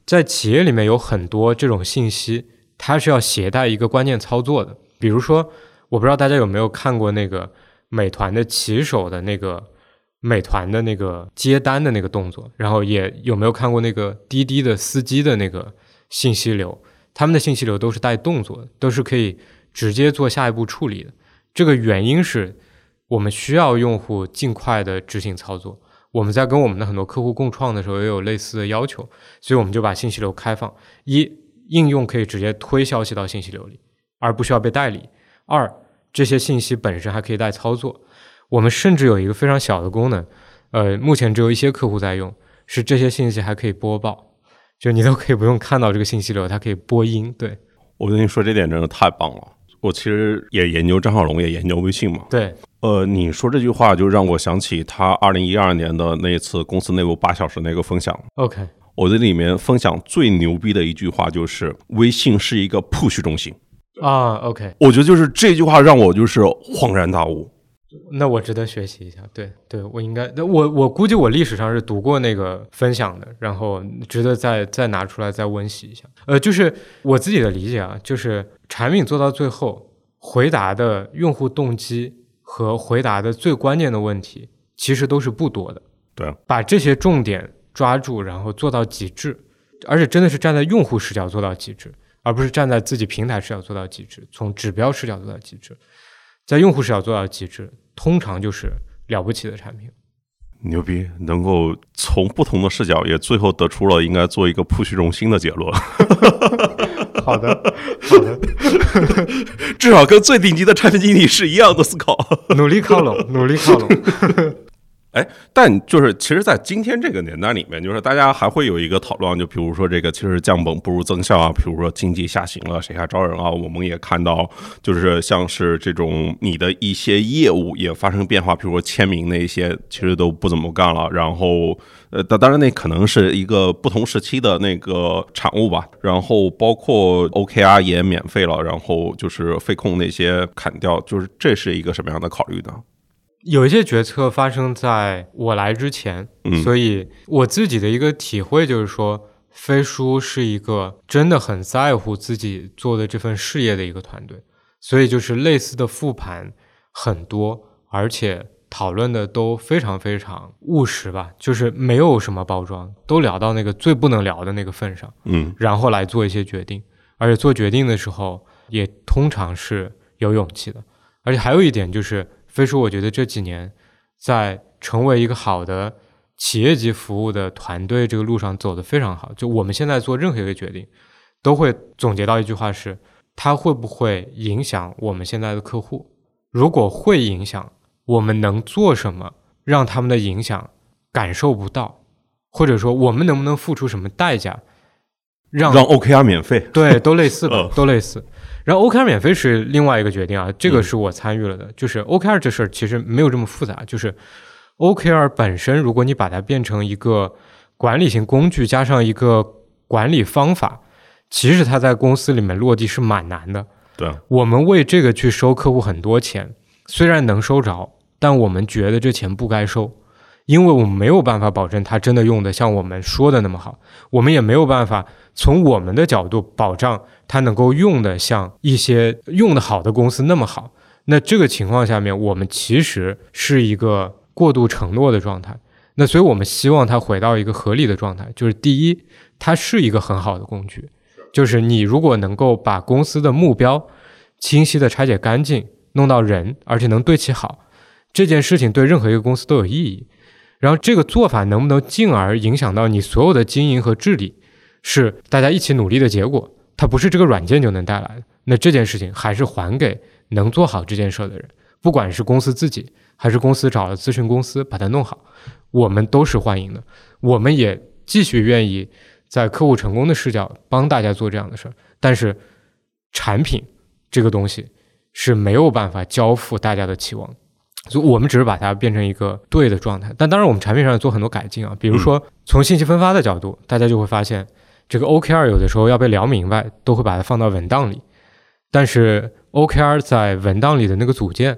在企业里面有很多这种信息，它是要携带一个关键操作的。比如说，我不知道大家有没有看过那个美团的骑手的那个美团的那个接单的那个动作，然后也有没有看过那个滴滴的司机的那个信息流，他们的信息流都是带动作的，都是可以直接做下一步处理的。这个原因是我们需要用户尽快的执行操作，我们在跟我们的很多客户共创的时候也有类似的要求，所以我们就把信息流开放。一，应用可以直接推消息到信息流里，而不需要被代理。二，这些信息本身还可以带操作。我们甚至有一个非常小的功能，呃，目前只有一些客户在用，是这些信息还可以播报，就你都可以不用看到这个信息流，它可以播音。对， 我跟你说这点真的太棒了。我其实也研究张小龙，也研究微信嘛。 对， 呃，你说这句话就让我想起他二零一二年的那一次公司内部八小时那个分享。 OK， 我在里面分享最牛逼的一句话就是微信是一个 push 中心啊。OK， 我觉得就是这句话让我就是恍然大悟。 那我值得学习一下。对对，我应该，我我估计我历史上是读过那个分享的，然后值得再再拿出来再温习一下。呃，就是我自己的理解啊，就是产品做到最后，回答的用户动机和回答的最关键的问题，其实都是不多的。 对， 把这些重点抓住，然后做到极致，而且真的是站在用户视角做到极致，而不是站在自己平台视角做到极致，从指标视角做到极致。在用户视角做到极致，通常就是了不起的产品。 牛逼，能够从不同的视角也最后得出了应该做一个 push 中心的结论。 好的好的至少跟最顶级的产品经理是一样的思考。 努力靠拢努力靠拢。 哎，但就是其实在今天这个年代里面，就是大家还会有一个讨论，就比如说这个其实降本不如增效啊，比如说经济下行了谁还招人啊。我们也看到就是像是这种你的一些业务也发生变化，比如说签名那些其实都不怎么干了，然后呃，当然那可能是一个不同时期的那个产物吧。然后包括 O K R 也免费了，然后就是费控那些砍掉，就是这是一个什么样的考虑呢？ 有一些决策发生在我来之前、嗯、所以我自己的一个体会就是说，飞书是一个真的很在乎自己做的这份事业的一个团队，所以就是类似的复盘很多，而且讨论的都非常非常务实吧，就是没有什么包装，都聊到那个最不能聊的那个份上， 嗯， 然后来做一些决定，而且做决定的时候也通常是有勇气的。而且还有一点就是飞书我觉得这几年在成为一个好的企业级服务的团队这个路上走得非常好，就我们现在做任何一个决定都会总结到一句话是，它会不会影响我们现在的客户，如果会影响，我们能做什么让他们的影响感受不到，或者说我们能不能付出什么代价让让 O K R 免费。 对，都类似吧，都类似。然后 O K R 免费是另外一个决定啊，这个是我参与了的、嗯、就是 O K R 这事儿其实没有这么复杂，就是 O K R 本身如果你把它变成一个管理型工具加上一个管理方法，其实它在公司里面落地是蛮难的。 对， 我们为这个去收客户很多钱，虽然能收着，但我们觉得这钱不该收，因为我们没有办法保证他真的用的像我们说的那么好，我们也没有办法从我们的角度保障他能够用的像一些用的好的公司那么好。那这个情况下面，我们其实是一个过度承诺的状态。那所以我们希望它回到一个合理的状态，就是第一，它是一个很好的工具，就是你如果能够把公司的目标清晰的拆解干净，弄到人，而且能对齐好，这件事情对任何一个公司都有意义。然后这个做法能不能进而影响到你所有的经营和治理，是大家一起努力的结果，它不是这个软件就能带来的。那这件事情还是还给能做好这件事的人，不管是公司自己还是公司找了咨询公司把它弄好，我们都是欢迎的。我们也继续愿意在客户成功的视角帮大家做这样的事，但是产品这个东西是没有办法交付大家的期望，所以我们只是把它变成一个对的状态。但当然我们产品上也做很多改进啊，比如说从信息分发的角度，大家就会发现这个 O K R 有的时候要被聊明白，都会把它放到文档里，但是 O K R 在文档里的那个组件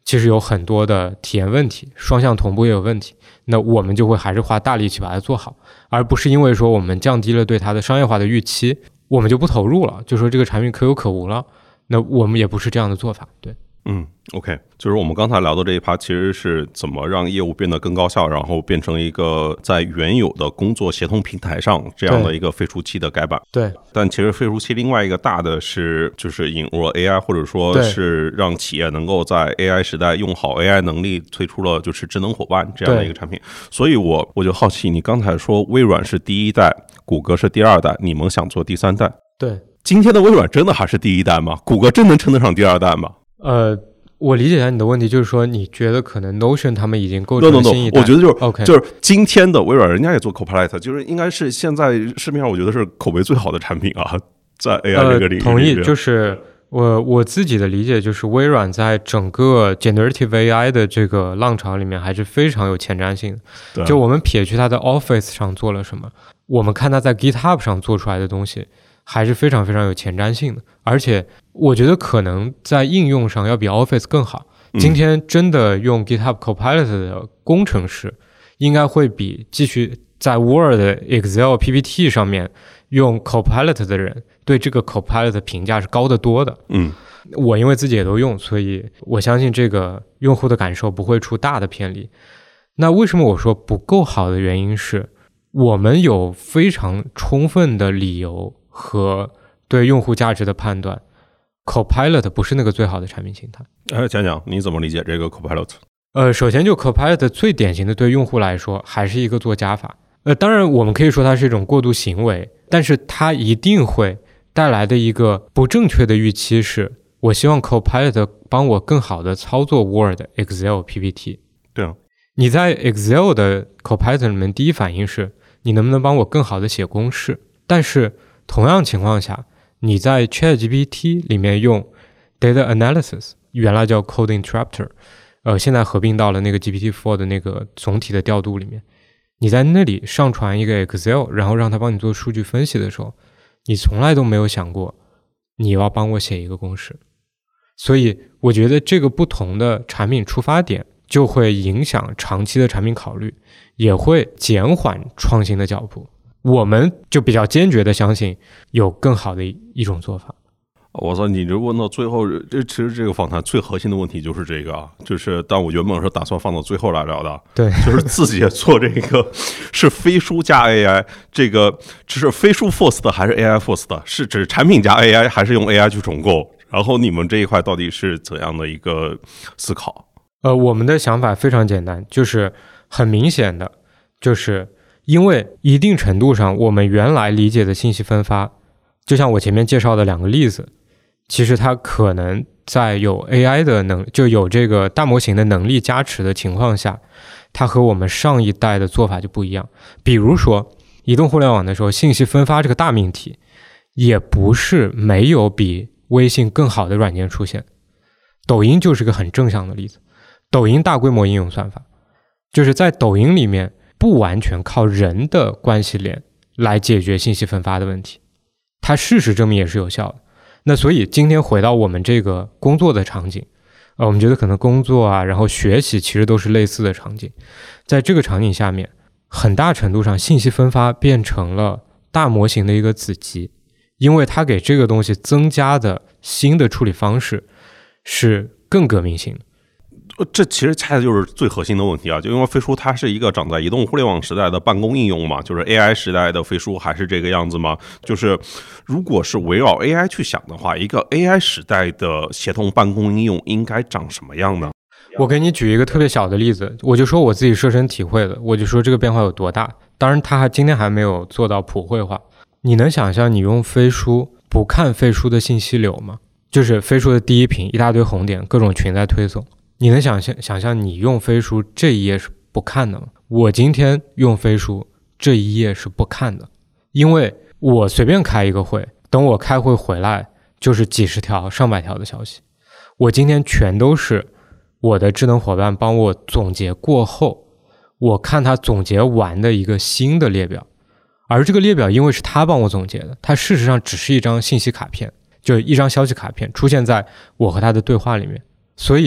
其实有很多的体验问题，双向同步也有问题，那我们就会还是花大力气把它做好，而不是因为说我们降低了对它的商业化的预期，我们就不投入了，就说这个产品可有可无了，那我们也不是这样的做法。对， 嗯 ，OK， 就是我们刚才聊的这一趴，其实是怎么让业务变得更高效，然后变成一个在原有的工作协同平台上这样的一个飞书期的改版。 对， 但其实飞书期另外一个大的是，就是引入了 A I， 或者说是让企业能够在 A I 时代用好 A I 能力，推出了就是智能伙伴这样的一个产品。所以我我就好奇，你刚才说微软是第一代，谷歌是第二代，你们想做第三代？ 对， 今天的微软真的还是第一代吗？谷歌真能称得上第二代吗？ 呃，我理解一下你的问题，就是说你觉得可能 Notion 他们已经构成了新一代。 no, no, no, 我觉得就是、 okay. 就是今天的微软，人家也做 Copilot， 就是应该是现在市面上我觉得是口碑最好的产品啊，在 A I 这个领域、呃。 同意，就是我我自己的理解就是微软在整个 Generative A I 的这个浪潮里面还是非常有前瞻性的。就我们撇去它在 Office 上做了什么，我们看它在 GitHub 上做出来的东西还是非常非常有前瞻性的，而且我觉得可能在应用上要比 Office 更好。今天真的用 GitHub Copilot 的工程师应该会比继续在 Word、Excel、P P T 上面用 Copilot 的人对这个 Copilot 的评价是高得多的。 嗯， 我因为自己也都用，所以我相信这个用户的感受不会出大的偏离。那为什么我说不够好的原因是，我们有非常充分的理由和对用户价值的判断 Copilot 不是那个最好的产品形态。 哎，讲讲你怎么理解这个 Copilot？ 呃，首先就 Copilot 最典型的对用户来说还是一个做加法。呃，当然我们可以说它是一种过度行为，但是它一定会带来的一个不正确的预期是，我希望 Copilot 帮我更好的操作 Word、Excel、P P T。 对啊， 你在 Excel 的 Copilot 里面第一反应是你能不能帮我更好的写公式，但是同样情况下你在 ChatGPT 里面用 Data Analysis， 原来叫 Code Interpreter， 呃，现在合并到了那个 G P T 四 的那个总体的调度里面，你在那里上传一个 Excel， 然后让它帮你做数据分析的时候，你从来都没有想过你要帮我写一个公式。所以我觉得这个不同的产品出发点就会影响长期的产品考虑，也会减缓创新的脚步。我们就比较坚决的相信有更好的一种做法。 我说你就问到最后，这其实这个访谈最核心的问题就是这个啊，就是但我原本是打算放到最后来聊的， 对， 就是自己做这个是飞书加 A I， 这个是飞书 Force 的还是 A I Force 的？是指产品加 A I 还是用 A I 去重构？然后你们这一块到底是怎样的一个思考？ 呃，我们的想法非常简单，就是很明显的，就是因为一定程度上我们原来理解的信息分发，就像我前面介绍的两个例子，其实它可能在有 A I 的能就有这个大模型的能力加持的情况下，它和我们上一代的做法就不一样。比如说移动互联网的时候，信息分发这个大命题也不是没有比微信更好的软件出现，抖音就是个很正向的例子。抖音大规模应用算法就是在抖音里面不完全靠人的关系链来解决信息分发的问题，它事实证明也是有效的。那所以今天回到我们这个工作的场景，呃，我们觉得可能工作啊，然后学习其实都是类似的场景。在这个场景下面，很大程度上信息分发变成了大模型的一个子集，因为它给这个东西增加的新的处理方式是更革命性的。 这其实恰恰就是最核心的问题啊！就因为飞书它是一个长在移动互联网时代的办公应用嘛，就是 A I 时代的飞书还是这个样子吗？就是如果是围绕 A I 去想的话，一个 A I 时代的协同办公应用应该长什么样呢？ 我给你举一个特别小的例子，我就说我自己设身体会的，我就说这个变化有多大。当然它还今天还没有做到普惠化。你能想象你用飞书不看飞书的信息流吗？就是飞书的第一屏一大堆红点，各种群在推送。你能想象想象你用飞书这一页是不看的吗？我今天用飞书这一页是不看的，因为我随便开一个会，等我开会回来就是几十条上百条的消息，我今天全都是我的智能伙伴帮我总结过后，我看他总结完的一个新的列表，而这个列表因为是他帮我总结的，它事实上只是一张信息卡片，就一张消息卡片出现在我和他的对话里面，所以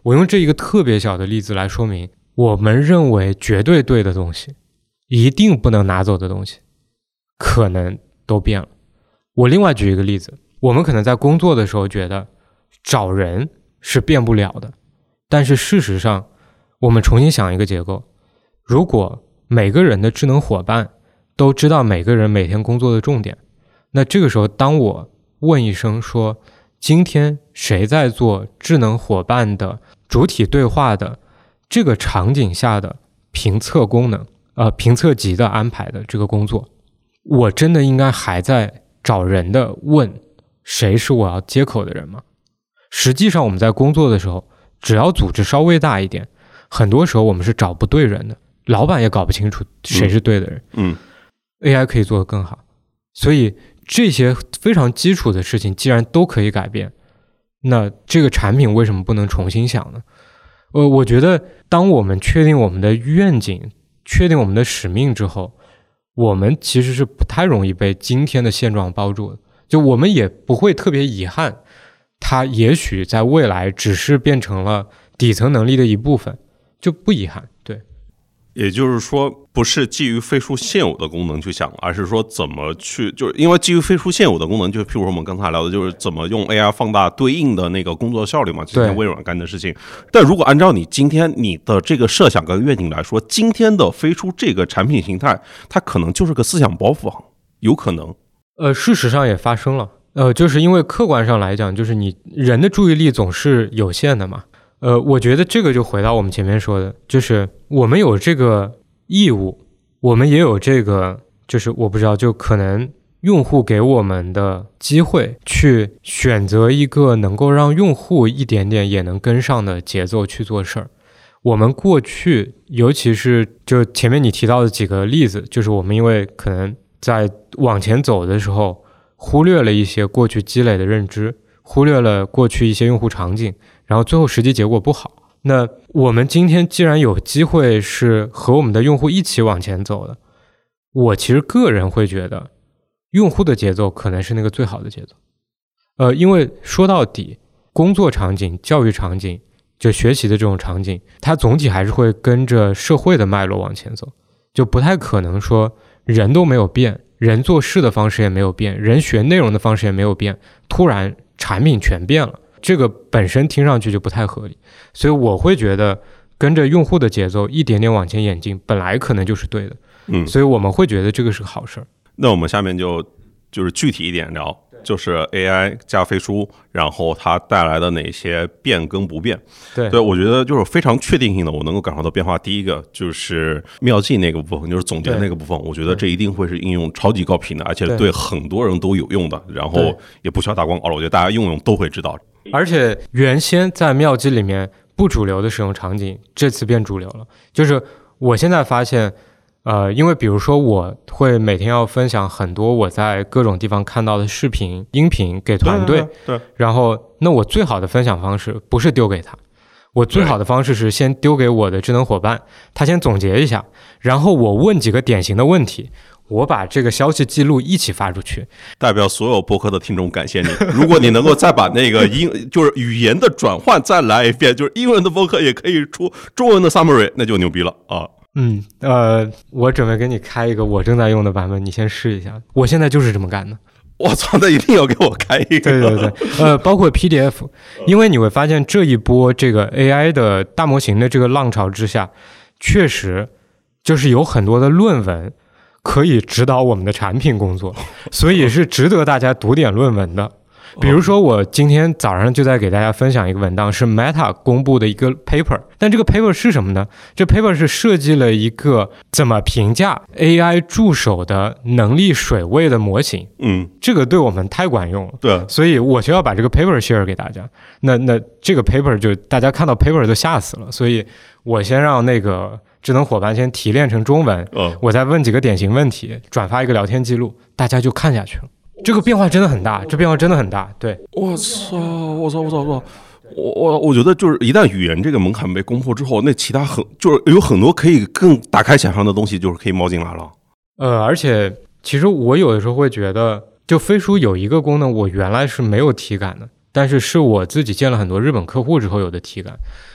我用这一个特别小的例子来说明，我们认为绝对对的东西，一定不能拿走的东西，可能都变了。我另外举一个例子，我们可能在工作的时候觉得找人是变不了的，但是事实上我们重新想一个结构，如果每个人的智能伙伴都知道每个人每天工作的重点，那这个时候当我问一声说今天谁在做智能伙伴的主体对话的这个场景下的评测功能呃，评测级的安排的这个工作，我真的应该还在找人的问谁是我要接口的人吗？实际上我们在工作的时候，只要组织稍微大一点，很多时候我们是找不对人的，老板也搞不清楚谁是对的人。 嗯， A I 可以做得更好，所以这些非常基础的事情既然都可以改变，那这个产品为什么不能重新想呢？呃，我觉得当我们确定我们的愿景，确定我们的使命之后，我们其实是不太容易被今天的现状包住的，就我们也不会特别遗憾它也许在未来只是变成了底层能力的一部分，就不遗憾。对， 也就是说不是基于飞书现有的功能去想，而是说怎么去，就是因为基于飞书现有的功能，就譬如说我们刚才聊的就是怎么用 A I 放大对应的那个工作效率嘛，今天微软干的事情。但如果按照你今天你的这个设想跟愿景来说，今天的飞书这个产品形态它可能就是个思想包袱，有可能呃，事实上也发生了，呃，就是因为客观上来讲，就是你人的注意力总是有限的嘛。呃，我觉得这个就回到我们前面说的，就是我们有这个义务，我们也有这个，就是我不知道，就可能用户给我们的机会，去选择一个能够让用户一点点也能跟上的节奏去做事儿。我们过去，尤其是就前面你提到的几个例子，就是我们因为可能在往前走的时候，忽略了一些过去积累的认知，忽略了过去一些用户场景，然后最后实际结果不好。那我们今天既然有机会是和我们的用户一起往前走的，我其实个人会觉得用户的节奏可能是那个最好的节奏。呃，因为说到底，工作场景、教育场景，就学习的这种场景，它总体还是会跟着社会的脉络往前走，就不太可能说人都没有变，人做事的方式也没有变，人学内容的方式也没有变，突然产品全变了，这个本身听上去就不太合理。所以我会觉得跟着用户的节奏一点点往前演进，本来可能就是对的。嗯，所以我们会觉得这个是个好事儿。 那我们下面就就是具体一点聊，就是 A I 加飞书，然后它带来的哪些变更不变。 对， 对，我觉得就是非常确定性的，我能够感受到变化。第一个就是妙计那个部分，就是总结那个部分，我觉得这一定会是应用超级高频的，而且对很多人都有用的，然后也不需要打广告了，我觉得大家用用都会知道。 而且原先在妙计里面不主流的使用场景，这次变主流了。就是我现在发现呃，因为比如说我会每天要分享很多我在各种地方看到的视频、音频给团队， 对，对， 然后那我最好的分享方式不是丢给他，我最好的方式是先丢给我的智能伙伴，他先总结一下，然后我问几个典型的问题，我把这个消息记录一起发出去。 代表所有播客的听众感谢你，如果你能够再把那个英就是语言的转换再来一遍，就是英文的播客也可以出中文的 summary， 那就牛逼了啊。 嗯，呃，我准备给你开一个我正在用的版本，你先试一下。我现在就是这么干的。 我操，那一定要给我开一个。 对对对，呃，包括 P D F， 因为你会发现这一波这个 A I 的大模型的这个浪潮之下，确实就是有很多的论文可以指导我们的产品工作，所以是值得大家读点论文的。比如说我今天早上就在给大家分享一个文档，是 Meta 公布的一个 paper， 但这个 paper 是什么呢？这 paper 是设计了一个怎么评价 A I 助手的能力水位的模型。 嗯， 这个对我们太管用了。 对， 所以我就要把这个 paper share 给大家。那那这个 paper 就大家看到 paper 都吓死了，所以我先让那个智能伙伴先提炼成中文， 嗯， 我再问几个典型问题，转发一个聊天记录，大家就看下去了。这个变化真的很大，这变化真的很大。对， 我操，我操，我操，我操，我我我觉得就是一旦语言这个门槛被攻破之后，那其他很就是有很多可以更打开想象的东西，就是可以冒进来了。 呃，而且其实我有的时候会觉得，就飞书有一个功能，我原来是没有体感的，但是是我自己见了很多日本客户之后有的体感。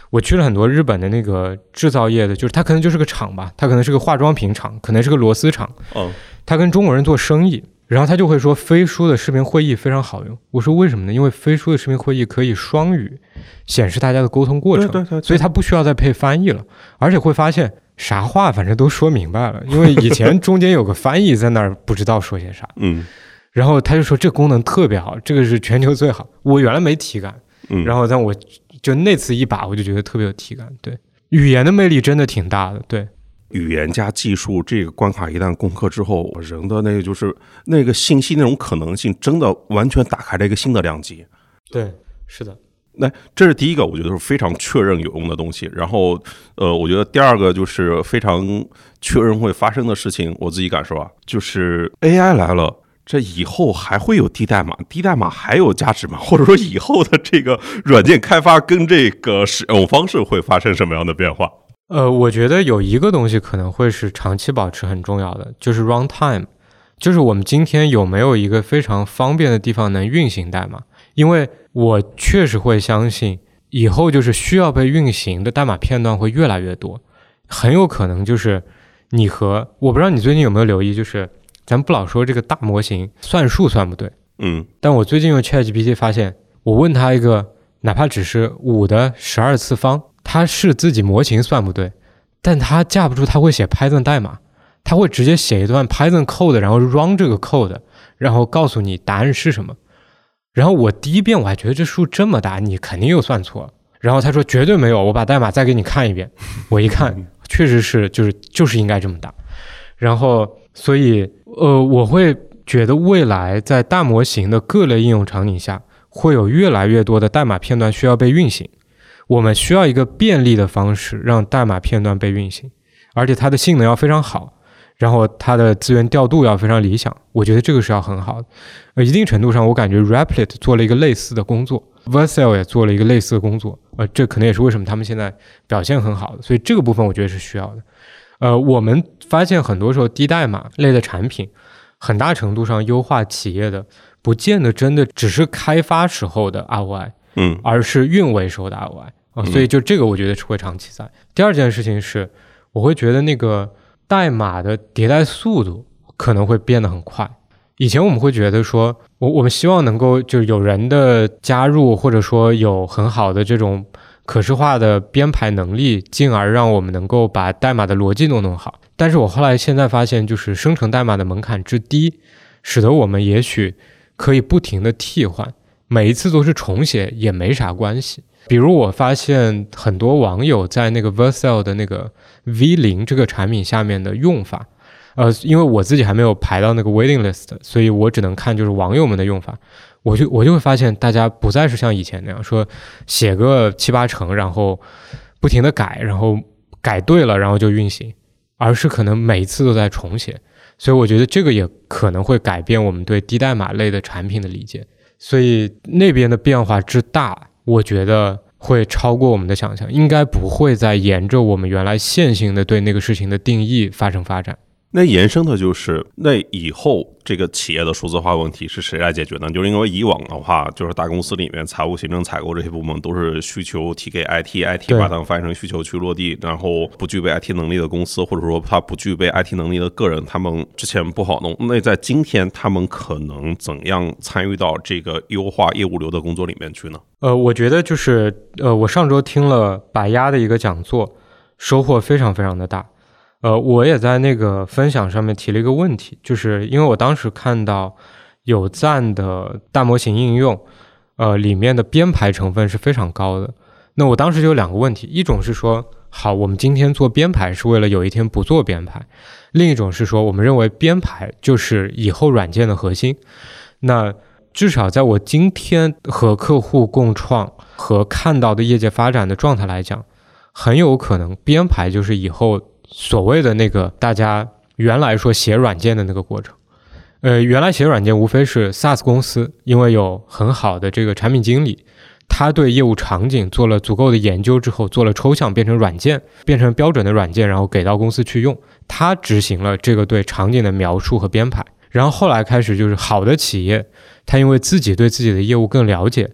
我去了很多日本的那个制造业的，就是它可能就是个厂吧，它可能是个化妆品厂，可能是个螺丝厂， 哦， 他跟中国人做生意，然后他就会说飞书的视频会议非常好用。我说为什么呢？因为飞书的视频会议可以双语显示大家的沟通过程， 对对对对， 所以他不需要再配翻译了，而且会发现啥话反正都说明白了，因为以前中间有个翻译在那儿不知道说些啥。 嗯， 然后他就说这功能特别好，这个是全球最好。我原来没体感， 嗯， 然后但我就那次一把我就觉得特别有体感。对，语言的魅力真的挺大的。对。 语言加技术这个关卡一旦攻克之后，人的那个就是那个信息那种可能性，真的完全打开了一个新的量级。 对，是的。 那这是第一个，我觉得是非常确认有用的东西。然后，呃，我觉得第二个就是非常确认会发生的事情，我自己感受啊，就是 A I 来了，这以后还会有低代码，低代码还有价值吗？或者说以后的这个软件开发跟这个使用方式会发生什么样的变化？ 呃，我觉得有一个东西可能会是长期保持很重要的，就是 runtime， 就是我们今天有没有一个非常方便的地方能运行代码。因为我确实会相信以后就是需要被运行的代码片段会越来越多，很有可能就是你和我不知道你最近有没有留意，就是咱们不老说这个大模型算数算不对， 嗯， 但我最近用 ChatGPT 发现，我问他一个哪怕只是五的十二次方，他是自己模型算不对，但他架不住他会写 Python 代码，他会直接写一段 Python code， 然后 run 这个 code， 然后告诉你答案是什么。然后我第一遍我还觉得这数这么大，你肯定又算错。然后他说绝对没有，我把代码再给你看一遍。我一看，确实是就是就是应该这么大。然后所以呃，我会觉得未来在大模型的各类应用场景下，会有越来越多的代码片段需要被运行。我们需要一个便利的方式让代码片段被运行，而且它的性能要非常好，然后它的资源调度要非常理想。我觉得这个是要很好的。呃，一定程度上我感觉 Replit 做了一个类似的工作， Vercel 也做了一个类似的工作，呃，这可能也是为什么他们现在表现很好的。所以这个部分我觉得是需要的。呃，我们发现很多时候低代码类的产品很大程度上优化企业的不见得真的只是开发时候的 R O I， 嗯， 而是运维时候的 R O I。啊，所以就这个我觉得是会长期在。第二件事情是，我会觉得那个代码的迭代速度可能会变得很快。以前我们会觉得说，我我们希望能够就是有人的加入，或者说有很好的这种可视化的编排能力，进而让我们能够把代码的逻辑都弄好。但是我后来现在发现，就是生成代码的门槛之低，使得我们也许可以不停的替换，每一次都是重写也没啥关系。比如我发现很多网友在那个 Vercel 的那个 V 零 这个产品下面的用法，呃，因为我自己还没有排到那个 waiting list， 所以我只能看就是网友们的用法。我就我就会发现大家不再是像以前那样说写个七八成，然后不停的改，然后改对了然后就运行，而是可能每一次都在重写。所以我觉得这个也可能会改变我们对低代码类的产品的理解。所以那边的变化之大，我觉得会超过我们的想象，应该不会再沿着我们原来线性的对那个事情的定义发生发展。 那延伸的就是，那以后这个企业的数字化问题是谁来解决呢？就是因为以往的话，就是大公司里面财务、行政、采购这些部门都是需求提给 I T，I T 把它们翻译成需求去落地，然后不具备 I T 能力的公司，或者说他不具备 I T 能力的个人，他们之前不好弄。那在今天，他们可能怎样参与到这个优化业务流的工作里面去呢？ 呃，我觉得就是呃，我上周听了百鸭的一个讲座，收获非常非常的大。呃，我也在那个分享上面提了一个问题，就是因为我当时看到有赞的大模型应用，呃，里面的编排成分是非常高的。那我当时就有两个问题，一种是说，好，我们今天做编排是为了有一天不做编排；另一种是说，我们认为编排就是以后软件的核心。那至少在我今天和客户共创和看到的业界发展的状态来讲，很有可能编排就是以后所谓的那个大家原来说写软件的那个过程。呃，原来写软件无非是 SaaS 公司，因为有很好的这个产品经理，他对业务场景做了足够的研究之后，做了抽象变成软件，变成标准的软件，然后给到公司去用，他执行了这个对场景的描述和编排。然后后来开始就是好的企业，他因为自己对自己的业务更了解，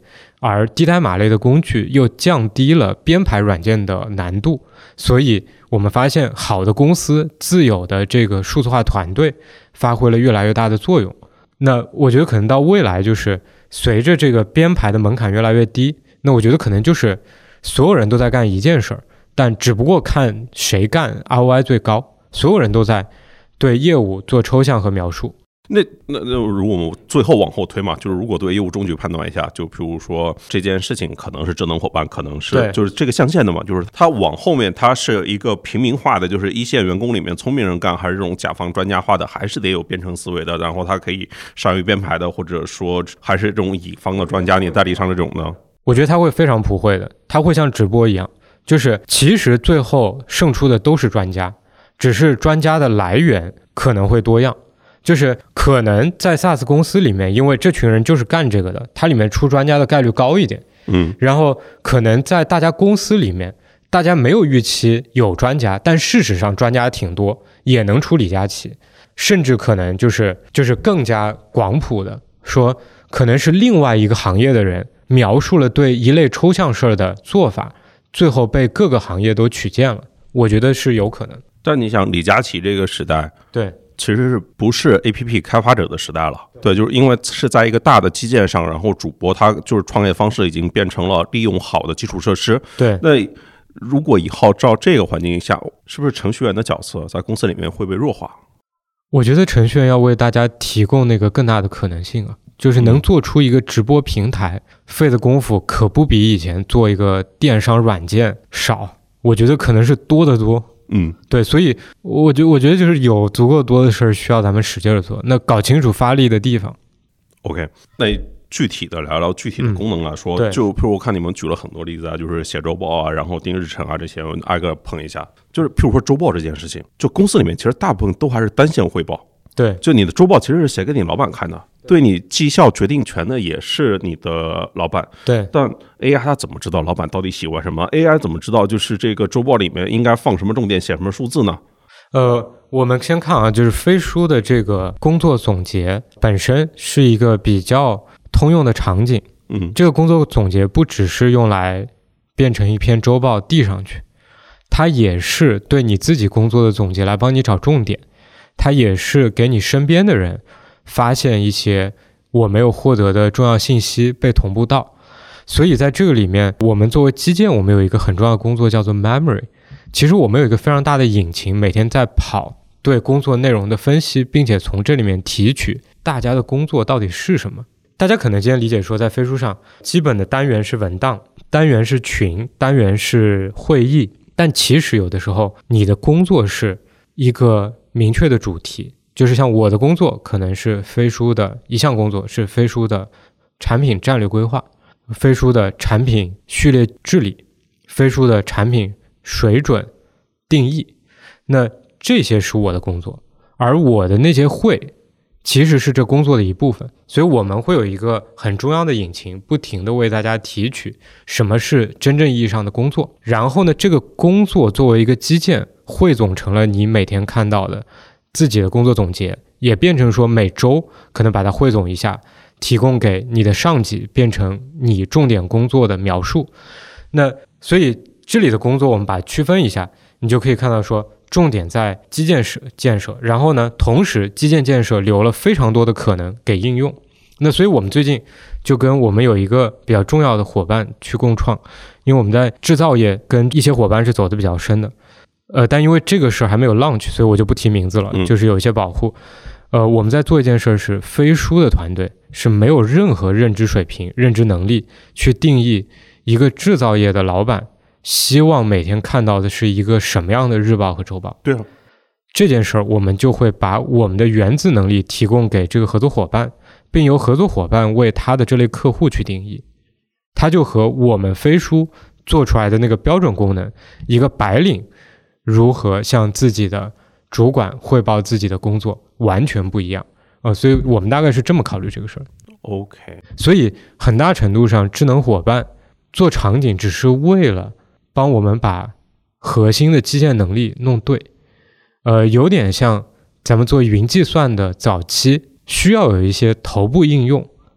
而低代码类的工具又降低了编排软件的难度，所以我们发现好的公司自有的这个数字化团队发挥了越来越大的作用。那我觉得可能到未来就是随着这个编排的门槛越来越低，那我觉得可能就是所有人都在干一件事儿，但只不过看谁干 R O I 最高，所有人都在对业务做抽象和描述。 那那那如果我们最后往后推嘛，就是如果对业务终局判断一下，就比如说这件事情可能是智能伙伴，可能是就是这个象限的嘛，就是它往后面它是一个平民化的，就是一线员工里面聪明人干，还是这种甲方专家化的，还是得有编程思维的，然后它可以善于编排的，或者说还是这种乙方的专家，你代理商这种呢？ 我觉得它会非常普惠的，它会像直播一样，就是其实最后胜出的都是专家，只是专家的来源可能会多样。就是可能在 SaaS 公司里面，因为这群人就是干这个的，它里面出专家的概率高一点。 嗯， 然后可能在大家公司里面，大家没有预期有专家，但事实上专家挺多，也能出李佳琦，甚至可能就是就是更加广谱的说，可能是另外一个行业的人描述了对一类抽象事儿的做法，最后被各个行业都取见了。我觉得是有可能。 但你想，李佳琦这个时代， 对。 其实是不是 A P P 开发者的时代了？对，就是因为是在一个大的基建上，然后主播他就是创业方式已经变成了利用好的基础设施。 对， 那如果以后照这个环境下，是不是程序员的角色在公司里面会被弱化？ 我觉得程序员要为大家提供那个更大的可能性啊，就是能做出一个直播平台，费的功夫可不比以前做一个电商软件少，我觉得可能是多得多。 嗯， 对，所以我觉我觉得就是有足够多的事儿需要咱们使劲做，那搞清楚发力的地方。 OK， 那具体的聊聊具体的功能来说， 嗯、 就譬如我看你们举了很多例子啊，就是写周报啊，然后盯日程啊这些，我挨个碰一下。就是譬如说周报这件事情，就公司里面其实大部分都还是单线汇报。 对， 就你的周报其实是写给你老板看的，对你绩效决定权的也是你的老板。 对， 但 A I 它怎么知道老板到底喜欢什么 ？A I 怎么知道就是这个周报里面应该放什么重点，写什么数字呢？ 呃，我们先看啊，就是飞书的这个工作总结本身是一个比较通用的场景。 嗯， 这个工作总结不只是用来变成一篇周报递上去，它也是对你自己工作的总结，来帮你找重点。它也是给你身边的人发现一些我没有获得的重要信息被同步到。所以在这个里面，我们作为基建，我们有一个很重要的工作叫做 memory。其实我们有一个非常大的引擎，每天在跑对工作内容的分析，并且从这里面提取大家的工作到底是什么。大家可能今天理解说，在飞书上基本的单元是文档，单元是群，单元是会议，但其实有的时候你的工作是一个明确的主题，就是像我的工作可能是飞书的一项工作，是飞书的产品战略规划，飞书的产品序列治理，飞书的产品水准定义，那这些是我的工作，而我的那些会其实是这工作的一部分。所以我们会有一个很重要的引擎，不停地为大家提取什么是真正意义上的工作，然后呢，这个工作作为一个基建汇总成了你每天看到的自己的工作总结，也变成说每周可能把它汇总一下，提供给你的上级，变成你重点工作的描述。那所以这里的工作我们把它区分一下，你就可以看到说重点在基建建设，然后呢，同时基建建设留了非常多的可能给应用。那所以我们最近就跟我们有一个比较重要的伙伴去共创，因为我们在制造业跟一些伙伴是走的比较深的。呃，但因为这个事还没有 launch， 所以我就不提名字了， 嗯、 就是有一些保护。呃，我们在做一件事是，飞书的团队是没有任何认知水平、认知能力去定义一个制造业的老板希望每天看到的是一个什么样的日报和周报。 对啊， 这件事我们就会把我们的原子能力提供给这个合作伙伴，并由合作伙伴为他的这类客户去定义。它就和我们飞书做出来的那个标准功能，一个白领如何向自己的主管汇报自己的工作完全不一样啊、呃，所以我们大概是这么考虑这个事儿。 OK， 所以很大程度上，智能伙伴做场景只是为了帮我们把核心的基建能力弄对，呃，有点像咱们做云计算的早期需要有一些头部应用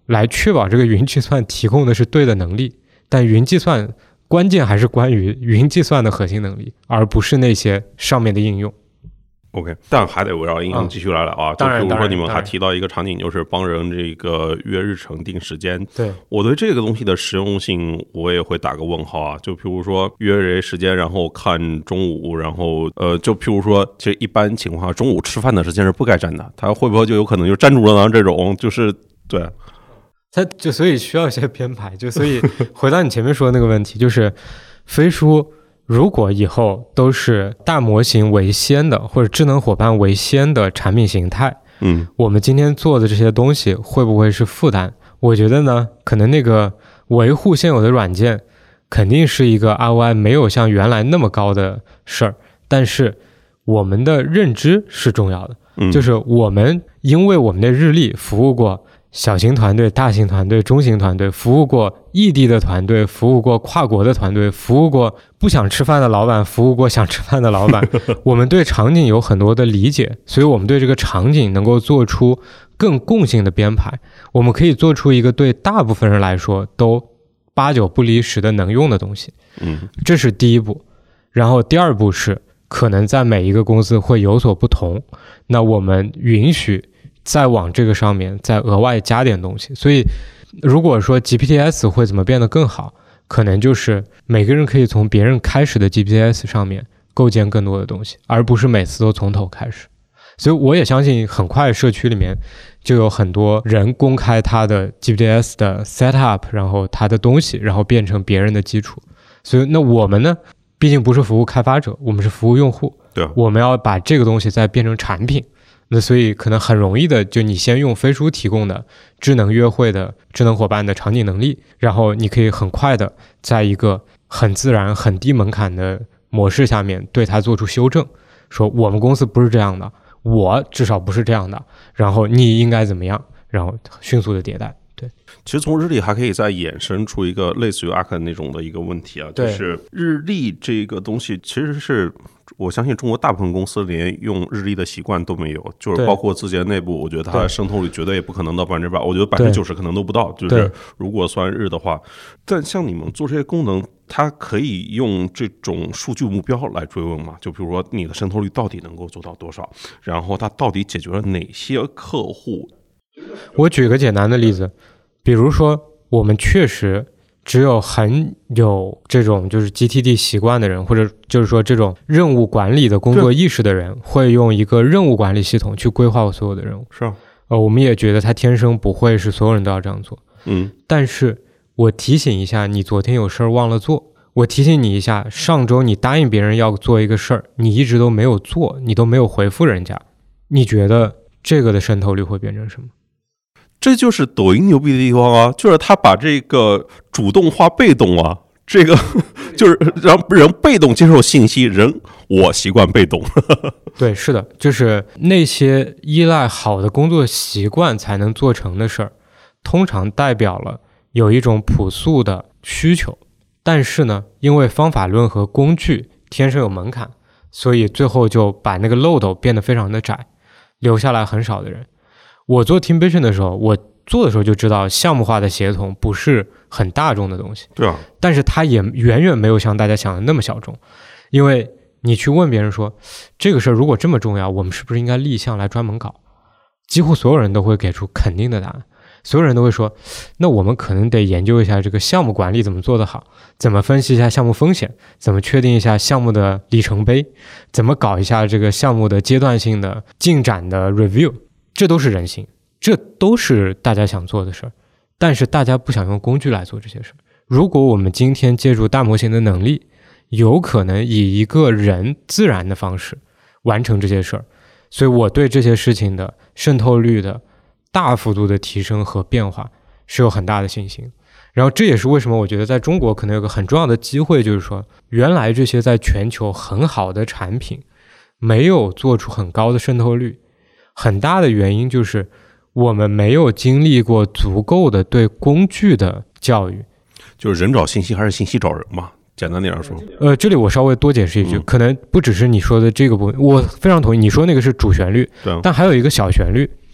来确保这个云计算提供的是对的能力，但云计算关键还是关于云计算的核心能力，而不是那些上面的应用。 OK， 但还得围绕应用继续来聊啊。 嗯、就比如说你们还提到一个场景，就是帮人这个约日程定时间。 对， 我对这个东西的实用性我也会打个问号啊。就譬如说约谁时间，然后看中午，然后呃，就譬如说，其实一般情况下中午吃饭的时间是不该占的，他会不会就有可能就占住了呢？这种就是对。 它就所以需要一些编排，就所以回到你前面说的那个问题，就是飞书如果以后都是大模型为先的，或者智能伙伴为先的产品形态， 嗯， 我们今天做的这些东西会不会是负担？我觉得呢，可能那个维护现有的软件肯定是一个 R O I 没有像原来那么高的事儿，但是我们的认知是重要的， 嗯， 就是我们因为我们的日历服务过小型团队、大型团队、中型团队，服务过异地的团队，服务过跨国的团队，服务过不想吃饭的老板，服务过想吃饭的老板。我们对场景有很多的理解，所以我们对这个场景能够做出更共性的编排。我们可以做出一个对大部分人来说都八九不离十的能用的东西。 嗯， 这是第一步。然后第二步是可能在每一个公司会有所不同，那我们允许再往这个上面再额外加点东西。所以如果说 G P T S 会怎么变得更好，可能就是每个人可以从别人开始的 G P T S 上面构建更多的东西，而不是每次都从头开始。所以我也相信很快社区里面就有很多人公开他的 G P T S 的 setup， 然后他的东西然后变成别人的基础。所以那我们呢，毕竟不是服务开发者，我们是服务用户， 对， 我们要把这个东西再变成产品。那所以可能很容易的，就你先用飞书提供的智能约会的智能伙伴的场景能力，然后你可以很快的在一个很自然很低门槛的模式下面对它做出修正，说我们公司不是这样的，我至少不是这样的，然后你应该怎么样，然后迅速的迭代。对， 其实从日历还可以再衍生出一个类似于 Arc 那种的一个问题啊，就是日历这个东西其实是我相信中国大部分公司连用日历的习惯都没有，就是包括字节内部，我觉得它的渗透率绝对也不可能到百分之百，我觉得百分之九十可能都不到，就是如果算日的话。但像你们做这些功能，它可以用这种数据目标来追问嘛？就比如说你的渗透率到底能够做到多少，然后它到底解决了哪些客户？ 我举个简单的例子，比如说我们确实只有很有这种就是 G T D 习惯的人，或者就是说这种任务管理的工作意识的人，会用一个任务管理系统去规划我所有的任务。 是啊， 呃，我们也觉得他天生不会是所有人都要这样做。 嗯， 但是我提醒一下，你昨天有事儿忘了做。我提醒你一下，上周你答应别人要做一个事儿，你一直都没有做，你都没有回复人家。你觉得这个的渗透率会变成什么？ 这就是抖音牛逼的地方啊，就是他把这个主动化被动啊，这个就是让人被动接受信息，人我习惯被动。 对，是的，就是那些依赖好的工作习惯才能做成的事儿，通常代表了有一种朴素的需求，但是呢，因为方法论和工具天生有门槛，所以最后就把那个漏斗变得非常的窄，留下来很少的人。我做 Team Vision 的时候，我做的时候就知道项目化的协同不是很大众的东西， 对啊， 但是它也远远没有像大家想的那么小众。因为你去问别人说这个事儿如果这么重要，我们是不是应该立项来专门搞，几乎所有人都会给出肯定的答案。所有人都会说，那我们可能得研究一下这个项目管理怎么做得好，怎么分析一下项目风险，怎么确定一下项目的里程碑，怎么搞一下这个项目的阶段性的进展的 review， 这都是人性，这都是大家想做的事儿，但是大家不想用工具来做这些事儿。如果我们今天借助大模型的能力，有可能以一个人自然的方式完成这些事儿，所以我对这些事情的渗透率的大幅度的提升和变化是有很大的信心。然后这也是为什么我觉得在中国可能有个很重要的机会，就是说原来这些在全球很好的产品没有做出很高的渗透率，很大的原因就是我们没有经历过足够的对工具的教育。 就是人找信息还是信息找人嘛，简单点说。 呃，这里我稍微多解释一句、嗯、可能不只是你说的这个部分，我非常同意你说那个是主旋律， 对， 但还有一个小旋律。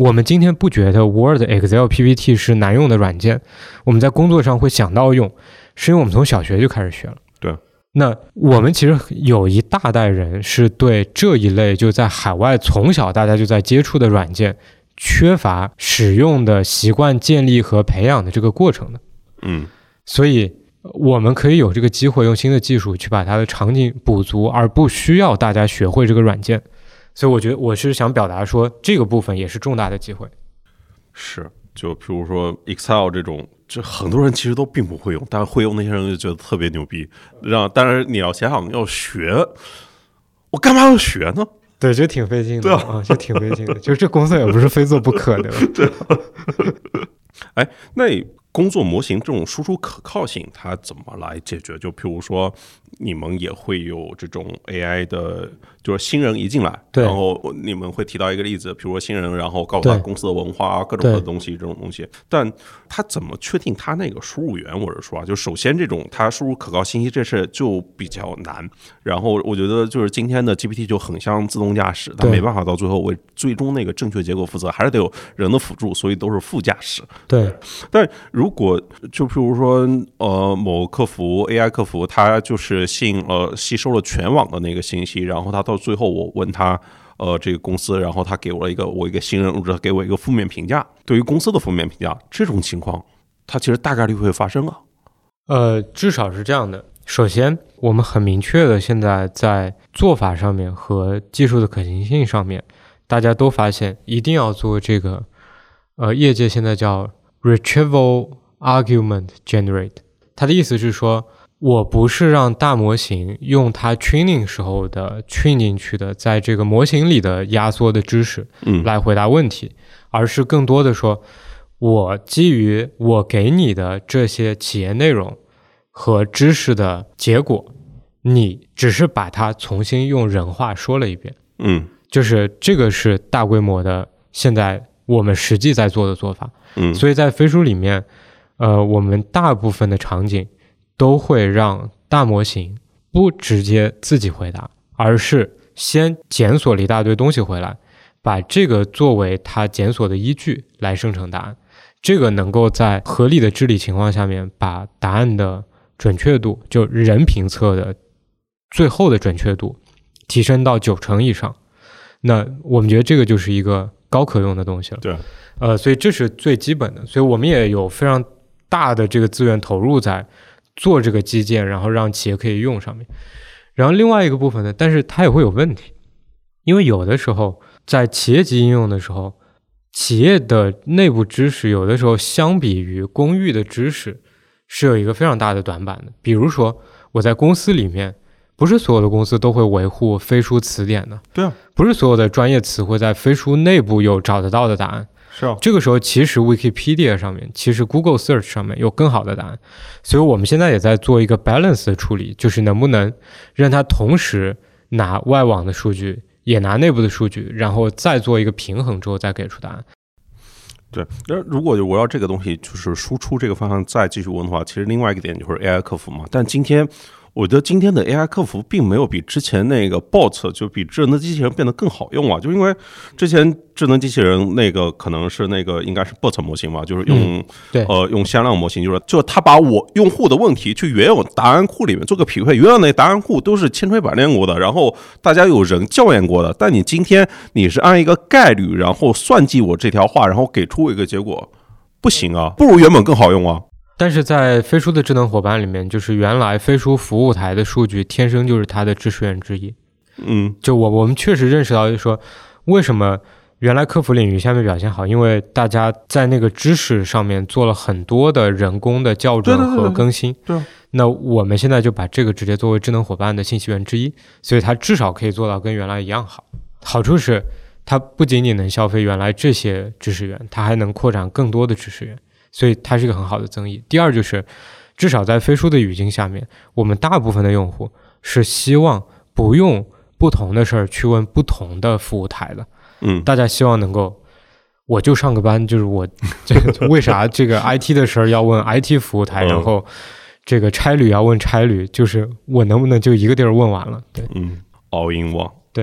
我们今天不觉得 Word、Excel、P P T 是难用的软件，我们在工作上会想到用，是因为我们从小学就开始学了。 对， 那我们其实有一大代人是对这一类就在海外从小大家就在接触的软件缺乏使用的习惯建立和培养的这个过程的。 嗯， 所以我们可以有这个机会用新的技术去把它的场景补足，而不需要大家学会这个软件。所以我觉得我是想表达说这个部分也是重大的机会。 是，就譬如说 Excel 这种，这很多人其实都并不会用，但是会用那些人就觉得特别牛逼。让当然你要想想要学，我干嘛要学呢？ 对，这挺费劲的。 对啊， 啊，这挺费劲的。就这工作也不是非做不可的。 对。哎，那工作模型这种输出可靠性，它怎么来解决？就譬如说，你们也会有这种 A I 的，就是新人一进来，然后你们会提到一个例子，比如说新人，然后告诉他公司的文化啊，各种的东西，这种东西。但他怎么确定他那个输入源？我是说啊，就首先这种他输入可靠信息这事就比较难。然后我觉得就是今天的 G P T 就很像自动驾驶，它没办法到最后为最终那个正确结果负责，还是得有人的辅助，所以都是副驾驶。 对， 但如果就譬如说，呃，某客服 A I 客服，他就是信呃吸收了全网的那个信息，然后他到最后我问他，呃，这个公司，然后他给我一个我一个新人，或者给我一个负面评价，对于公司的负面评价，这种情况，它其实大概率会发生啊。 呃，至少是这样的。首先，我们很明确的，现在在做法上面和技术的可行性上面，大家都发现一定要做这个，呃，业界现在叫 retrieval argument generate。它的意思是说，我不是让大模型用它 training 时候的 train 进去的，在这个模型里的压缩的知识来回答问题，嗯、而是更多的说，我基于我给你的这些企业内容和知识的结果，你只是把它重新用人话说了一遍。 嗯， 就是这个是大规模的，现在我们实际在做的做法。 嗯， 所以在飞书里面，呃，我们大部分的场景都会让大模型不直接自己回答，而是先检索了一大堆东西回来，把这个作为它检索的依据来生成答案。这个能够在合理的治理情况下面，把答案的准确度，就人评测的最后的准确度提升到九成以上。那我们觉得这个就是一个高可用的东西了。 对， 呃，所以这是最基本的。所以我们也有非常大的这个资源投入在做这个基建，然后让企业可以用上面。然后另外一个部分呢，但是它也会有问题，因为有的时候在企业级应用的时候，企业的内部知识有的时候相比于公域的知识是有一个非常大的短板的。比如说我在公司里面，不是所有的公司都会维护飞书词典的。 对啊， 不是所有的专业词汇在飞书内部有找得到的答案。 是啊， 这个时候其实 Wikipedia 上面，其实 Google Search 上面有更好的答案。所以我们现在也在做一个 balance 的处理，就是能不能让它同时拿外网的数据也拿内部的数据，然后再做一个平衡之后再给出答案。 对，那如果我要这个东西就是输出这个方向再继续问的话，其实另外一个点就是 A I 客服嘛。但今天我觉得今天的 A I 客服并没有比之前那个 bot 就比智能机器人变得更好用啊，就因为之前智能机器人那个可能是那个应该是 bot 模型嘛，就是用、嗯、 对呃用向量模型，就是就他把我用户的问题去原有答案库里面做个匹配，原有那答案库都是千锤百炼过的，然后大家有人校验过的，但你今天你是按一个概率，然后算计我这条话，然后给出一个结果，不行啊，不如原本更好用啊。 但是在飞书的智能伙伴里面，就是原来飞书服务台的数据天生就是它的知识源之一。 嗯， 就我我们确实认识到，就是说为什么原来客服领域下面表现好，因为大家在那个知识上面做了很多的人工的校准和更新。 对， 对， 对， 对， 那我们现在就把这个直接作为智能伙伴的信息源之一，所以它至少可以做到跟原来一样好。好处是它不仅仅能消费原来这些知识源，它还能扩展更多的知识源。所以它是一个很好的增益。第二就是，至少在飞书的语境下面，我们大部分的用户是希望不用不同的事儿去问不同的服务台的。 嗯， 大家希望能够，我就上个班，就是我这为啥这个 I T 的事儿要问 I T 服务台，然后这个差旅要问差旅，就是我能不能就一个地儿问完了？对， 嗯 ，all in one。 对。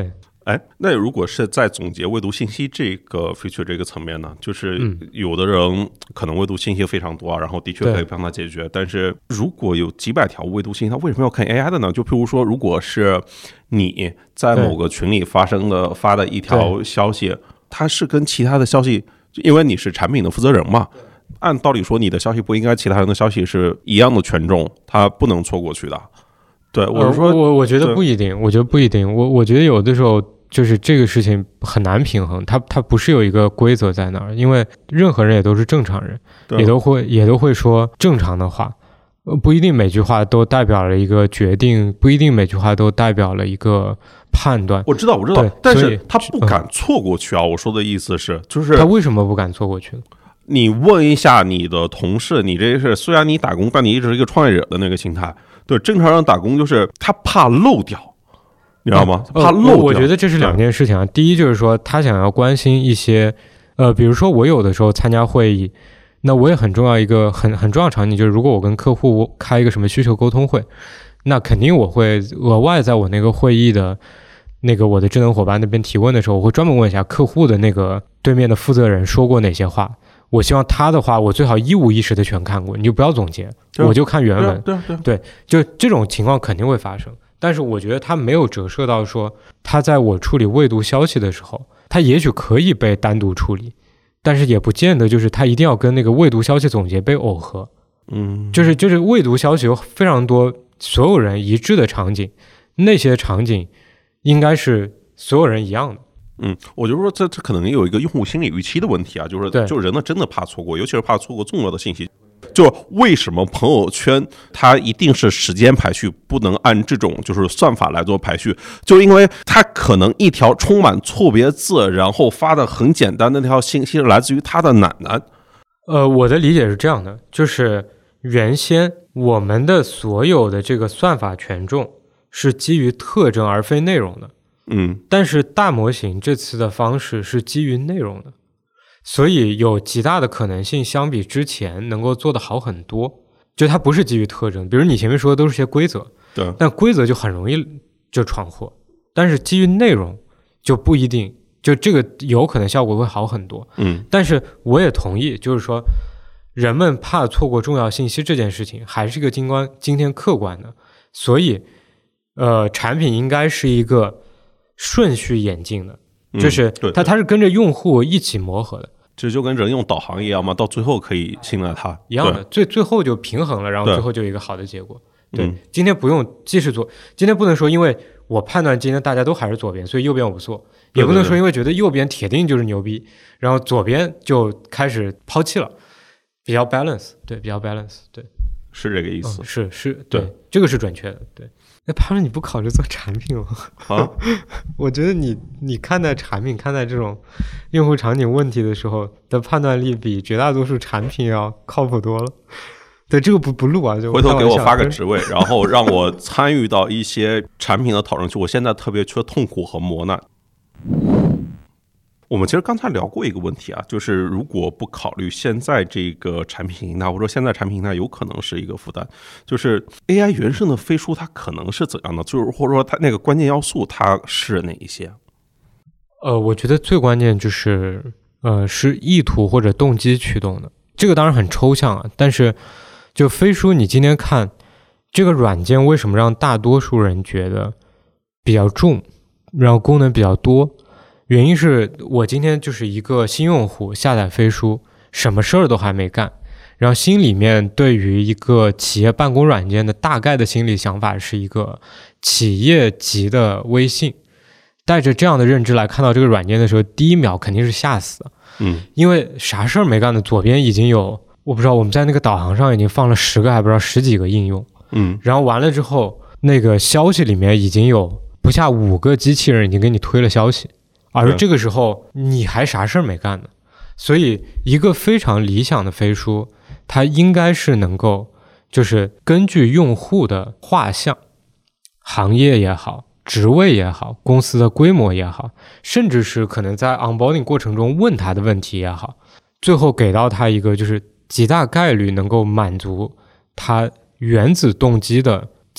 哎，那如果是在总结未读信息这个 feature 这个层面呢，就是有的人可能未读信息非常多，然后的确可以帮他解决。但是如果有几百条未读信息，他为什么要看 A I 的呢？就譬如说，如果是你在某个群里发生的发的一条消息，它是跟其他的消息，因为你是产品的负责人嘛，按道理说你的消息不应该其他人的消息是一样的权重，它不能错过去的。对，我是说， 呃、我我觉得不一定，我觉得不一定，我我觉得有的时候。就是这个事情很难平衡，它它不是有一个规则在那儿，因为任何人也都是正常人，也都会也都会说正常的话，不一定每句话都代表了一个决定，不一定每句话都代表了一个判断。 我知道，我知道，但是他不敢错过去啊！嗯、我说的意思是，就是他为什么不敢错过去呢？ 你问一下你的同事，你这是虽然你打工，但你一直是一个创业者的那个心态。对，正常人打工就是他怕漏掉。你知道吗？怕漏掉、 呃。我觉得这是两件事情啊。第一就是说，他想要关心一些，呃，比如说我有的时候参加会议，那我也很重要一个很很重要的场景就是，如果我跟客户开一个什么需求沟通会，那肯定我会额外在我那个会议的那个我的智能伙伴那边提问的时候，我会专门问一下客户的那个对面的负责人说过哪些话。我希望他的话，我最好一五一十的全看过，你就不要总结，我就看原文。 对对对, 对，就这种情况肯定会发生。但是我觉得他没有折射到说，他在我处理未读消息的时候，他也许可以被单独处理，但是也不见得就是他一定要跟那个未读消息总结被耦合。 嗯， 就是就是未读消息有非常多所有人一致的场景，那些场景应该是所有人一样的。 嗯，我就说这这可能也有一个用户心理预期的问题啊，就是就是人呢真的怕错过，尤其是怕错过重要的信息。就为什么朋友圈它一定是时间排序，不能按这种就是算法来做排序？就因为它可能一条充满错别字，然后发的很简单的那条信息来自于他的奶奶。 呃，我的理解是这样的，就是原先我们的所有的这个算法权重是基于特征而非内容的。 嗯， 但是大模型这次的方式是基于内容的。所以有极大的可能性相比之前能够做得好很多，就它不是基于特征，比如你前面说的都是些规则， 对， 但规则就很容易就闯祸，但是基于内容就不一定，就这个有可能效果会好很多。 嗯， 但是我也同意，就是说人们怕错过重要信息这件事情还是一个今观今天客观的，所以呃，产品应该是一个顺序演进的。就是它，它是跟着用户一起磨合的， 这就跟人用导航一样嘛，到最后可以信赖它一样的，最最后就平衡了，然后最后就有一个好的结果。对， 嗯、 今天不用继续做，今天不能说因为我判断今天大家都还是左边，所以右边我不做，也不能说因为觉得右边铁定就是牛逼，然后左边就开始抛弃了，比较 balance， 对，比较 balance， 对， 是这个意思， 嗯、是是，对，对，这个是准确的，对。那潘总，你不考虑做产品吗？ 啊， 我觉得你你看待产品、看待这种用户场景问题的时候的判断力，比绝大多数产品要靠谱多了。对，这个不不录啊，就回头给我发个职位，然后让我参与到一些产品的讨论区。我现在特别缺痛苦和磨难。我们其实刚才聊过一个问题啊，就是如果不考虑现在这个产品形态，或者说现在产品形态有可能是一个负担，就是 A I 原生的飞书它可能是怎样的？就是或者说它那个关键要素它是哪一些？ 呃，我觉得最关键就是呃是意图或者动机驱动的，这个当然很抽象啊，但是就飞书，你今天看这个软件为什么让大多数人觉得比较重，然后功能比较多？原因是我今天就是一个新用户下载飞书，什么事儿都还没干，然后心里面对于一个企业办公软件的大概的心理想法是一个企业级的微信，带着这样的认知来看到这个软件的时候，第一秒肯定是吓死的。 嗯， 因为啥事儿没干的，左边已经有我不知道我们在那个导航上已经放了十个还不知道十几个应用， 嗯， 然后完了之后那个消息里面已经有不下五个机器人已经给你推了消息。而这个时候你还啥事儿没干呢，所以一个非常理想的飞书，它应该是能够就是根据用户的画像、行业也好、职位也好、公司的规模也好，甚至是可能在 onboarding 过程中问他的问题也好，最后给到他一个就是极大概率能够满足他原子动机的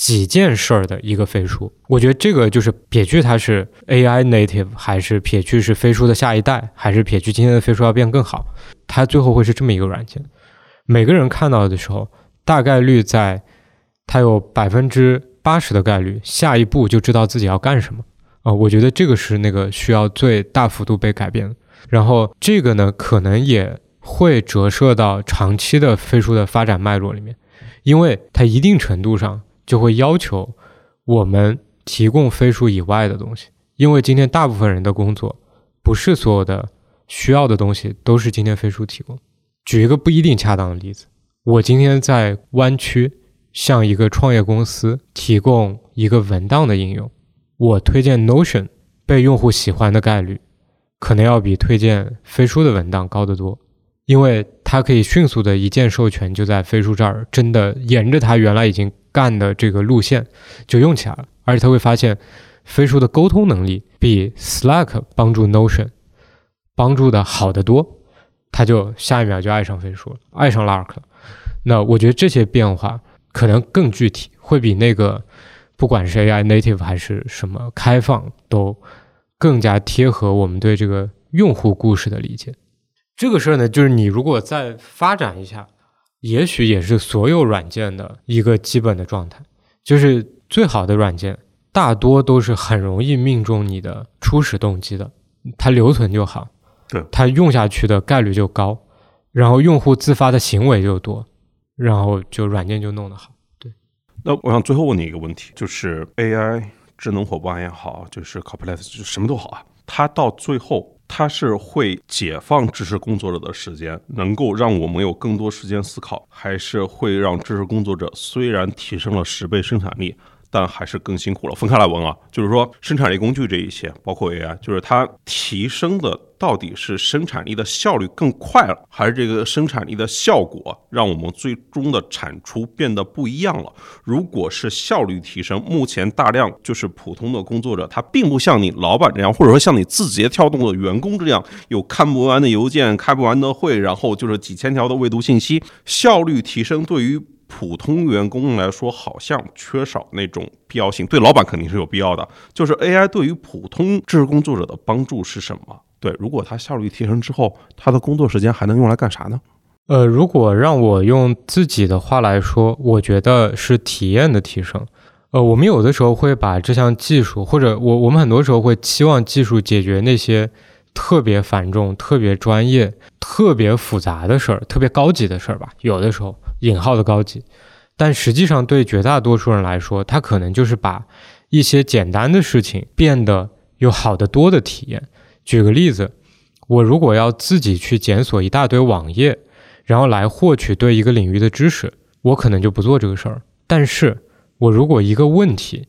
几件事儿的一个飞书。我觉得这个就是撇去它是 A I native， 还是撇去是飞书的下一代，还是撇去今天的飞书要变更好，它最后会是这么一个软件。每个人看到的时候，大概率在它有百分之八十的概率，下一步就知道自己要干什么啊、呃！我觉得这个是那个需要最大幅度被改变的。然后这个呢，可能也会折射到长期的飞书的发展脉络里面，因为它一定程度上就会要求我们提供飞书以外的东西，因为今天大部分人的工作不是所有的需要的东西都是今天飞书提供。举一个不一定恰当的例子，我今天在湾区向一个创业公司提供一个文档的应用，我推荐 Notion 被用户喜欢的概率可能要比推荐飞书的文档高得多，因为它可以迅速的一键授权，就在飞书这儿真的沿着它原来已经干的这个路线就用起来了，而且他会发现飞书的沟通能力比 Slack 帮助 Notion 帮助的好得多，他就下一秒就爱上飞书了，爱上 Lark 了。那我觉得这些变化可能更具体，会比那个不管是 A I native 还是什么开放都更加贴合我们对这个用户故事的理解。这个事儿呢，就是你如果再发展一下，也许也是所有软件的一个基本的状态，就是最好的软件大多都是很容易命中你的初始动机的，它留存就好， 对， 它用下去的概率就高，然后用户自发的行为就多，然后就软件就弄得好。对， 那我想最后问你一个问题，就是 A I 智能伙伴也好，就是 Copilot 就什么都好啊，它到最后它是会解放知识工作者的时间，能够让我们有更多时间思考，还是会让知识工作者虽然提升了十倍生产力，但还是更辛苦了？分开来问啊，就是说生产力工具这一些，包括 A I， 就是它提升的到底是生产力的效率更快了，还是这个生产力的效果让我们最终的产出变得不一样了？如果是效率提升，目前大量就是普通的工作者，他并不像你老板这样，或者说像你字节跳动的员工这样，有看不完的邮件，开不完的会，然后就是几千条的未读信息。效率提升对于普通员工来说好像缺少那种必要性，对老板肯定是有必要的。就是 A I 对于普通知识工作者的帮助是什么？对，如果他效率提升之后，他的工作时间还能用来干啥呢？ 呃，如果让我用自己的话来说，我觉得是体验的提升。呃，我们有的时候会把这项技术，或者我我们很多时候会期望技术解决那些特别繁重、特别专业、特别复杂的事儿，特别高级的事儿吧。有的时候引号的高级，但实际上对绝大多数人来说，它可能就是把一些简单的事情变得有好得多的体验。举个例子，我如果要自己去检索一大堆网页，然后来获取对一个领域的知识，我可能就不做这个事儿。但是我如果一个问题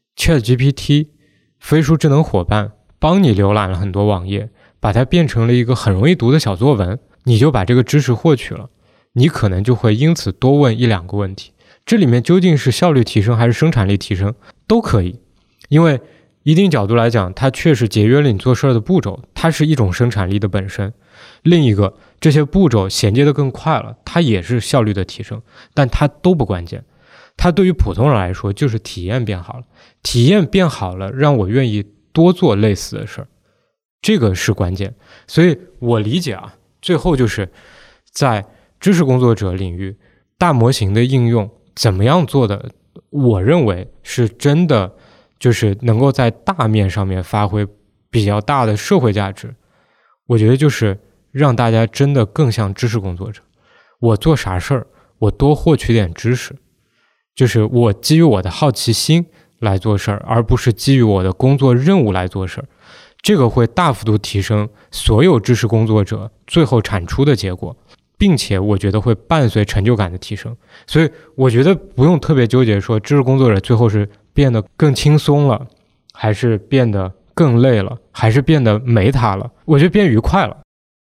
ChatGPT 飞书智能伙伴帮你浏览了很多网页，把它变成了一个很容易读的小作文，你就把这个知识获取了，你可能就会因此多问一两个问题，这里面究竟是效率提升还是生产力提升都可以。因为一定角度来讲，它确实节约了你做事的步骤，它是一种生产力的本身。另一个，这些步骤衔接的更快了，它也是效率的提升，但它都不关键。它对于普通人来说就是体验变好了，体验变好了让我愿意多做类似的事儿，这个是关键。所以我理解啊，最后就是在知识工作者领域大模型的应用怎么样做的，我认为是真的就是能够在大面上面发挥比较大的社会价值。我觉得就是让大家真的更像知识工作者，我做啥事儿我多获取点知识，就是我基于我的好奇心来做事儿，而不是基于我的工作任务来做事儿。这个会大幅度提升所有知识工作者最后产出的结果，并且我觉得会伴随成就感的提升。所以我觉得不用特别纠结说知识工作者最后是变得更轻松了，还是变得更累了，还是变得没他了，我觉得变愉快了。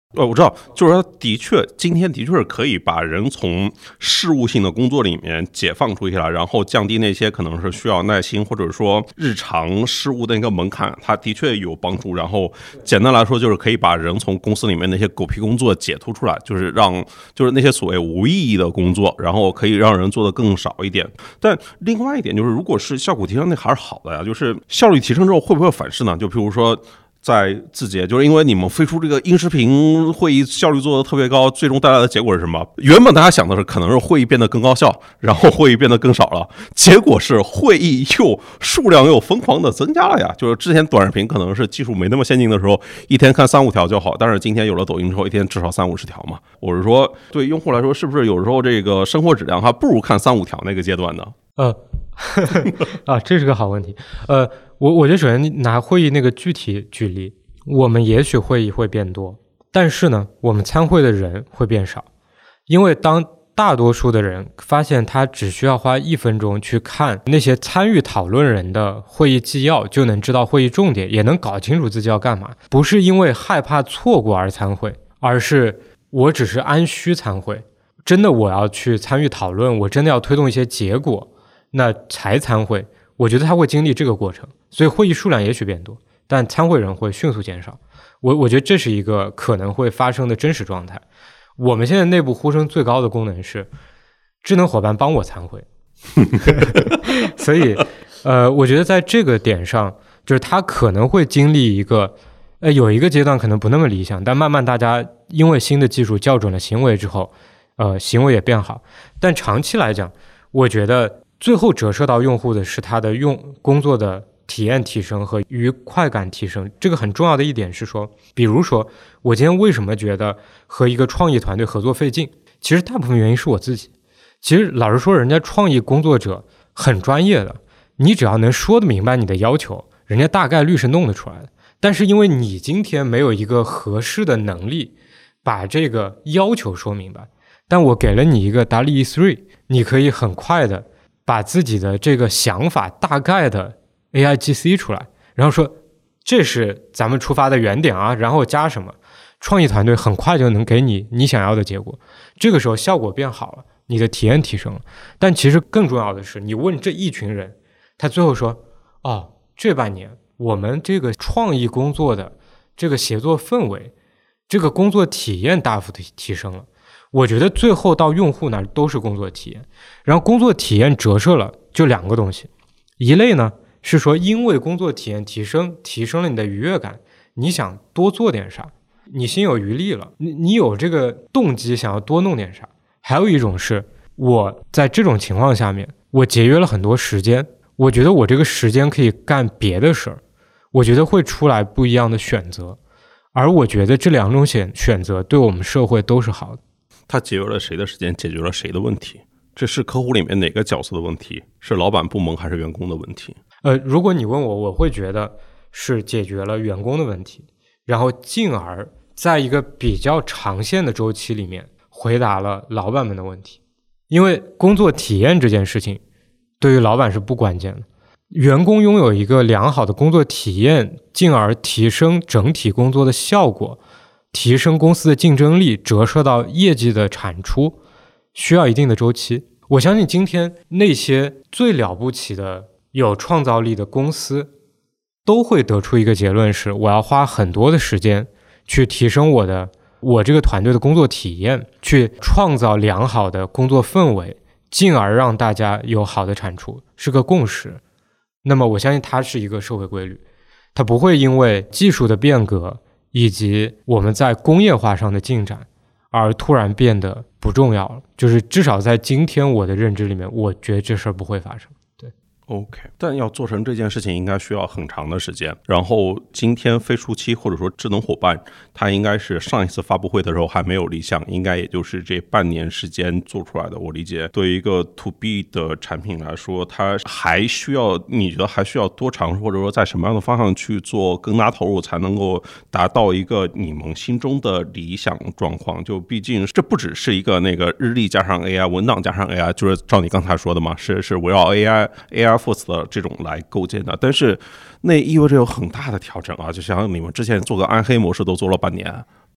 呃，我知道，就是说，的确，今天的确是可以把人从事务性的工作里面解放出去了，然后降低那些可能是需要耐心或者说日常事务的一个门槛，它的确有帮助。然后简单来说，就是可以把人从公司里面那些狗屁工作解脱出来，就是让就是那些所谓无意义的工作，然后可以让人做的更少一点。但另外一点就是，如果是效果提升，那还是好的呀。就是效率提升之后会不会有反噬呢？就譬如说。在字节，就是因为你们飞出这个音视频会议效率做得特别高，最终带来的结果是什么？原本大家想的是可能是会议变得更高效，然后会议变得更少了，结果是会议又数量又疯狂的增加了呀。就是之前短视频可能是技术没那么先进的时候，一天看三五条就好，但是今天有了抖音之后，一天至少三五十条嘛。我是说，对用户来说，是不是有时候这个生活质量还不如看三五条那个阶段呢？ 呃，啊，这是个好问题。呃，我我觉得首先拿会议那个具体举例，我们也许会议会变多，但是呢，我们参会的人会变少，因为当大多数的人发现他只需要花一分钟去看那些参与讨论人的会议纪要，就能知道会议重点，也能搞清楚自己要干嘛，不是因为害怕错过而参会，而是我只是按需参会，真的我要去参与讨论，我真的要推动一些结果，那才参会。我觉得他会经历这个过程，所以会议数量也许变多，但参会人会迅速减少。我我觉得这是一个可能会发生的真实状态。我们现在内部呼声最高的功能是智能伙伴帮我参会所以呃，我觉得在这个点上，就是他可能会经历一个呃，有一个阶段可能不那么理想，但慢慢大家因为新的技术校准了行为之后，呃，行为也变好。但长期来讲，我觉得最后折射到用户的是他的用工作的体验提升和愉快感提升。这个很重要的一点是说，比如说我今天为什么觉得和一个创意团队合作费劲，其实大部分原因是我自己。其实老实说，人家创意工作者很专业的，你只要能说得明白你的要求，人家大概率是弄得出来的。但是因为你今天没有一个合适的能力把这个要求说明白，但我给了你一个 D A L L-E 三，你可以很快的把自己的这个想法大概的 A I G C 出来，然后说这是咱们出发的原点啊，然后加什么，创意团队很快就能给你你想要的结果。这个时候效果变好了，你的体验提升了。但其实更重要的是，你问这一群人，他最后说，哦，这半年我们这个创意工作的这个协作氛围，这个工作体验大幅的提升了。我觉得最后到用户那儿都是工作体验，然后工作体验折射了就两个东西，一类呢是说因为工作体验提升提升了你的愉悦感，你想多做点啥，你心有余力了，你你有这个动机想要多弄点啥。还有一种是我在这种情况下面，我节约了很多时间，我觉得我这个时间可以干别的事儿，我觉得会出来不一样的选择，而我觉得这两种选选择对我们社会都是好的。 他节约了谁的时间，解决了谁的问题？这是客户里面哪个角色的问题？是老板部门还是员工的问题？ 呃，如果你问我，我会觉得是解决了员工的问题，然后进而在一个比较长线的周期里面回答了老板们的问题。因为工作体验这件事情对于老板是不关键的，员工拥有一个良好的工作体验，进而提升整体工作的效果，提升公司的竞争力，折射到业绩的产出，需要一定的周期。我相信今天那些最了不起的有创造力的公司都会得出一个结论，是我要花很多的时间去提升我的我这个团队的工作体验，去创造良好的工作氛围，进而让大家有好的产出，是个共识。那么我相信它是一个社会规律，它不会因为技术的变革以及我们在工业化上的进展而突然变得不重要了。就是至少在今天我的认知里面，我觉得这事儿不会发生。对 OK， 但要做成这件事情应该需要很长的时间。然后今天飞书期或者说智能伙伴，它应该是上一次发布会的时候还没有立项，应该也就是这半年时间做出来的。我理解，对于一个 to B 的产品来说，它还需要，你觉得还需要多长，或者说在什么样的方向去做更大投入，才能够达到一个你们心中的理想状况？就毕竟这不只是一个那个日历加上 A I， 文档加上 A I， 就是照你刚才说的嘛，是是围绕 A I A I Force 的这种来构建的，但是那意味着有很大的调整啊！就像你们之前做个暗黑模式都做了半年，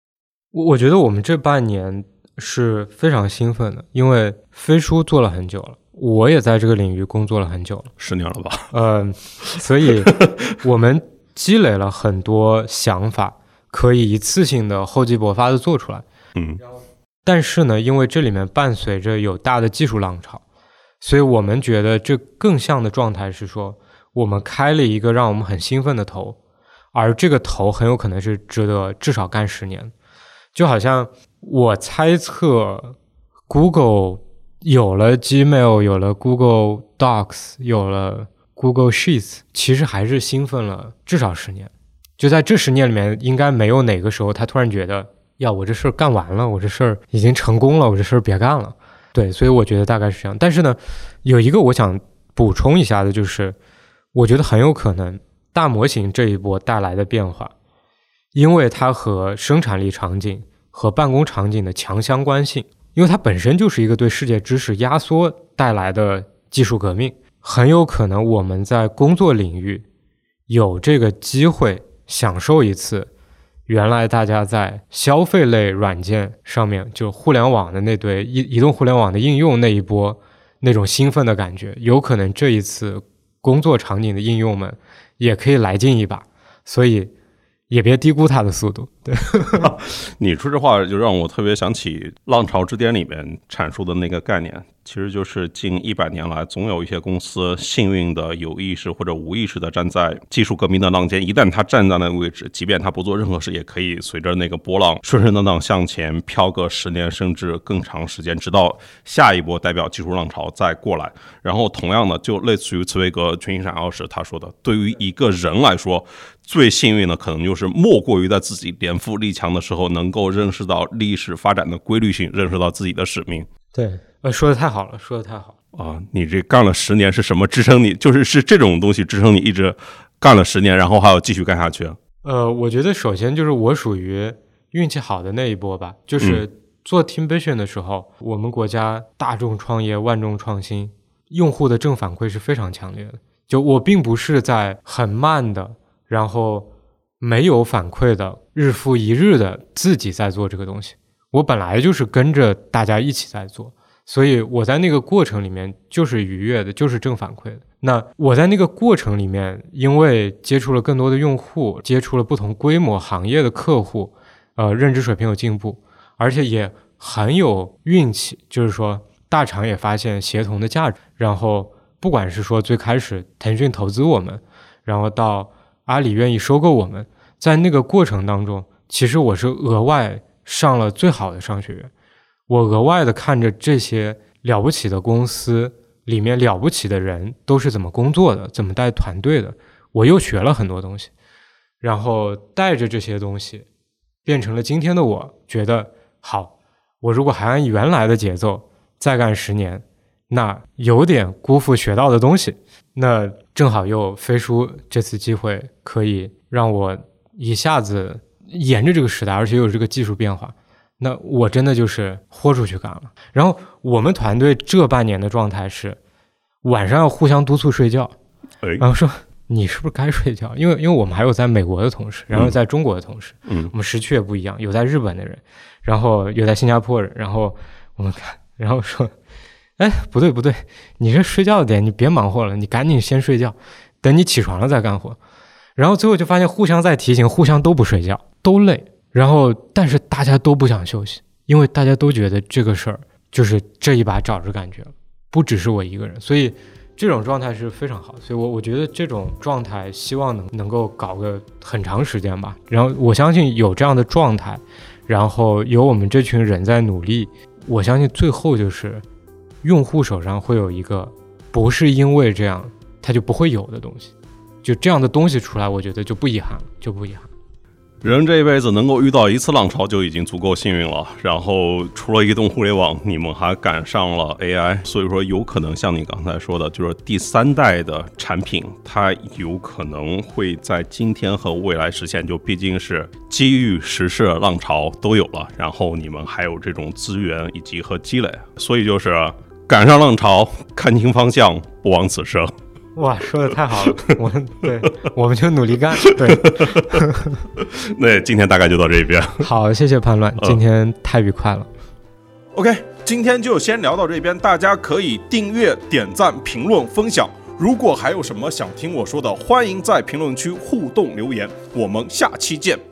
我我觉得我们这半年是非常兴奋的，因为飞书做了很久了，我也在这个领域工作了很久了， 十年了吧？ 呃，所以我们积累了很多想法，可以一次性的厚积薄发的做出来。 嗯， 但是呢，因为这里面伴随着有大的技术浪潮，所以我们觉得这更像的状态是说，我们开了一个让我们很兴奋的头，而这个头很有可能是值得至少干十年。就好像我猜测 Google 有了 Gmail， 有了 Google Docs， 有了 Google Sheets， 其实还是兴奋了至少十年。就在这十年里面，应该没有哪个时候他突然觉得，呀，我这事儿干完了，我这事儿已经成功了，我这事儿别干了。对，所以我觉得大概是这样。但是呢，有一个我想补充一下的就是，我觉得很有可能大模型这一波带来的变化，因为它和生产力场景和办公场景的强相关性，因为它本身就是一个对世界知识压缩带来的技术革命，很有可能我们在工作领域有这个机会享受一次原来大家在消费类软件上面，就互联网的那对移移动互联网的应用那一波那种兴奋的感觉，有可能这一次工作场景的应用们也可以来劲一把，所以也别低估它的速度。对， 你说这话就让我特别想起《浪潮之巅》里面阐述的那个概念，其实就是近一百年来，总有一些公司幸运的有意识或者无意识的站在技术革命的浪尖，一旦他站在那个位置，即便他不做任何事，也可以随着那个波浪顺顺当当向前飘个十年甚至更长时间，直到下一波代表技术浪潮再过来。然后同样的，就类似于茨威格群星闪耀时他说的，对于一个人来说，最幸运的可能就是莫过于在自己年富力强的时候，能够认识到历史发展的规律性，认识到自己的使命。 对，呃，说的太好了，说的太好啊！你这干了十年是什么支撑你？就是是这种东西支撑你一直干了十年，然后还要继续干下去？ 呃，我觉得首先就是我属于运气好的那一波吧，就是做 Teamvision 的时候，嗯、我们国家大众创业、万众创新，用户的正反馈是非常强烈的。就我并不是在很慢的，然后没有反馈的，日复一日的自己在做这个东西。我本来就是跟着大家一起在做，所以我在那个过程里面就是愉悦的，就是正反馈的。那我在那个过程里面，因为接触了更多的用户，接触了不同规模行业的客户，呃，认知水平有进步，而且也很有运气，就是说大厂也发现协同的价值，然后不管是说最开始腾讯投资我们，然后到阿里愿意收购我们，在那个过程当中，其实我是额外上了最好的商学院，我额外的看着这些了不起的公司里面了不起的人都是怎么工作的，怎么带团队的，我又学了很多东西，然后带着这些东西变成了今天的我，觉得好，我如果还按原来的节奏再干十年，那有点辜负学到的东西，那正好又飞书这次机会可以让我一下子沿着这个时代，而且又有这个技术变化，那我真的就是豁出去干了。然后我们团队这半年的状态是晚上要互相督促睡觉，然后说你是不是该睡觉，因为因为我们还有在美国的同事，然后在中国的同事，嗯，我们时区也不一样，有在日本的人，然后有在新加坡人，然后我们看，然后说哎，不对不对，你这睡觉点，你别忙活了，你赶紧先睡觉，等你起床了再干活。然后最后就发现互相在提醒，互相都不睡觉，都累，然后但是大家都不想休息，因为大家都觉得这个事儿就是这一把找着感觉了，不只是我一个人，所以这种状态是非常好，所以我我觉得这种状态希望能能够搞个很长时间吧。然后我相信有这样的状态，然后有我们这群人在努力，我相信最后就是用户手上会有一个不是因为这样他就不会有的东西，就这样的东西出来，我觉得就不遗憾了，就不遗憾。 人这一辈子能够遇到一次浪潮就已经足够幸运了，然后除了移动互联网，你们还赶上了 A I， 所以说有可能像你刚才说的，就是第三代的产品，它有可能会在今天和未来实现，就毕竟是机遇、时势、浪潮都有了，然后你们还有这种资源以及和积累，所以就是赶上浪潮，看清方向，不枉此生。 哇，说的太好了，我对，我们就努力干。对， 那今天大概就到这边。 好，谢谢叛乱，今天太愉快了。 OK， 今天就先聊到这边，大家可以订阅、点赞、评论、分享。如果还有什么想听我说的，欢迎在评论区互动留言。我们下期见。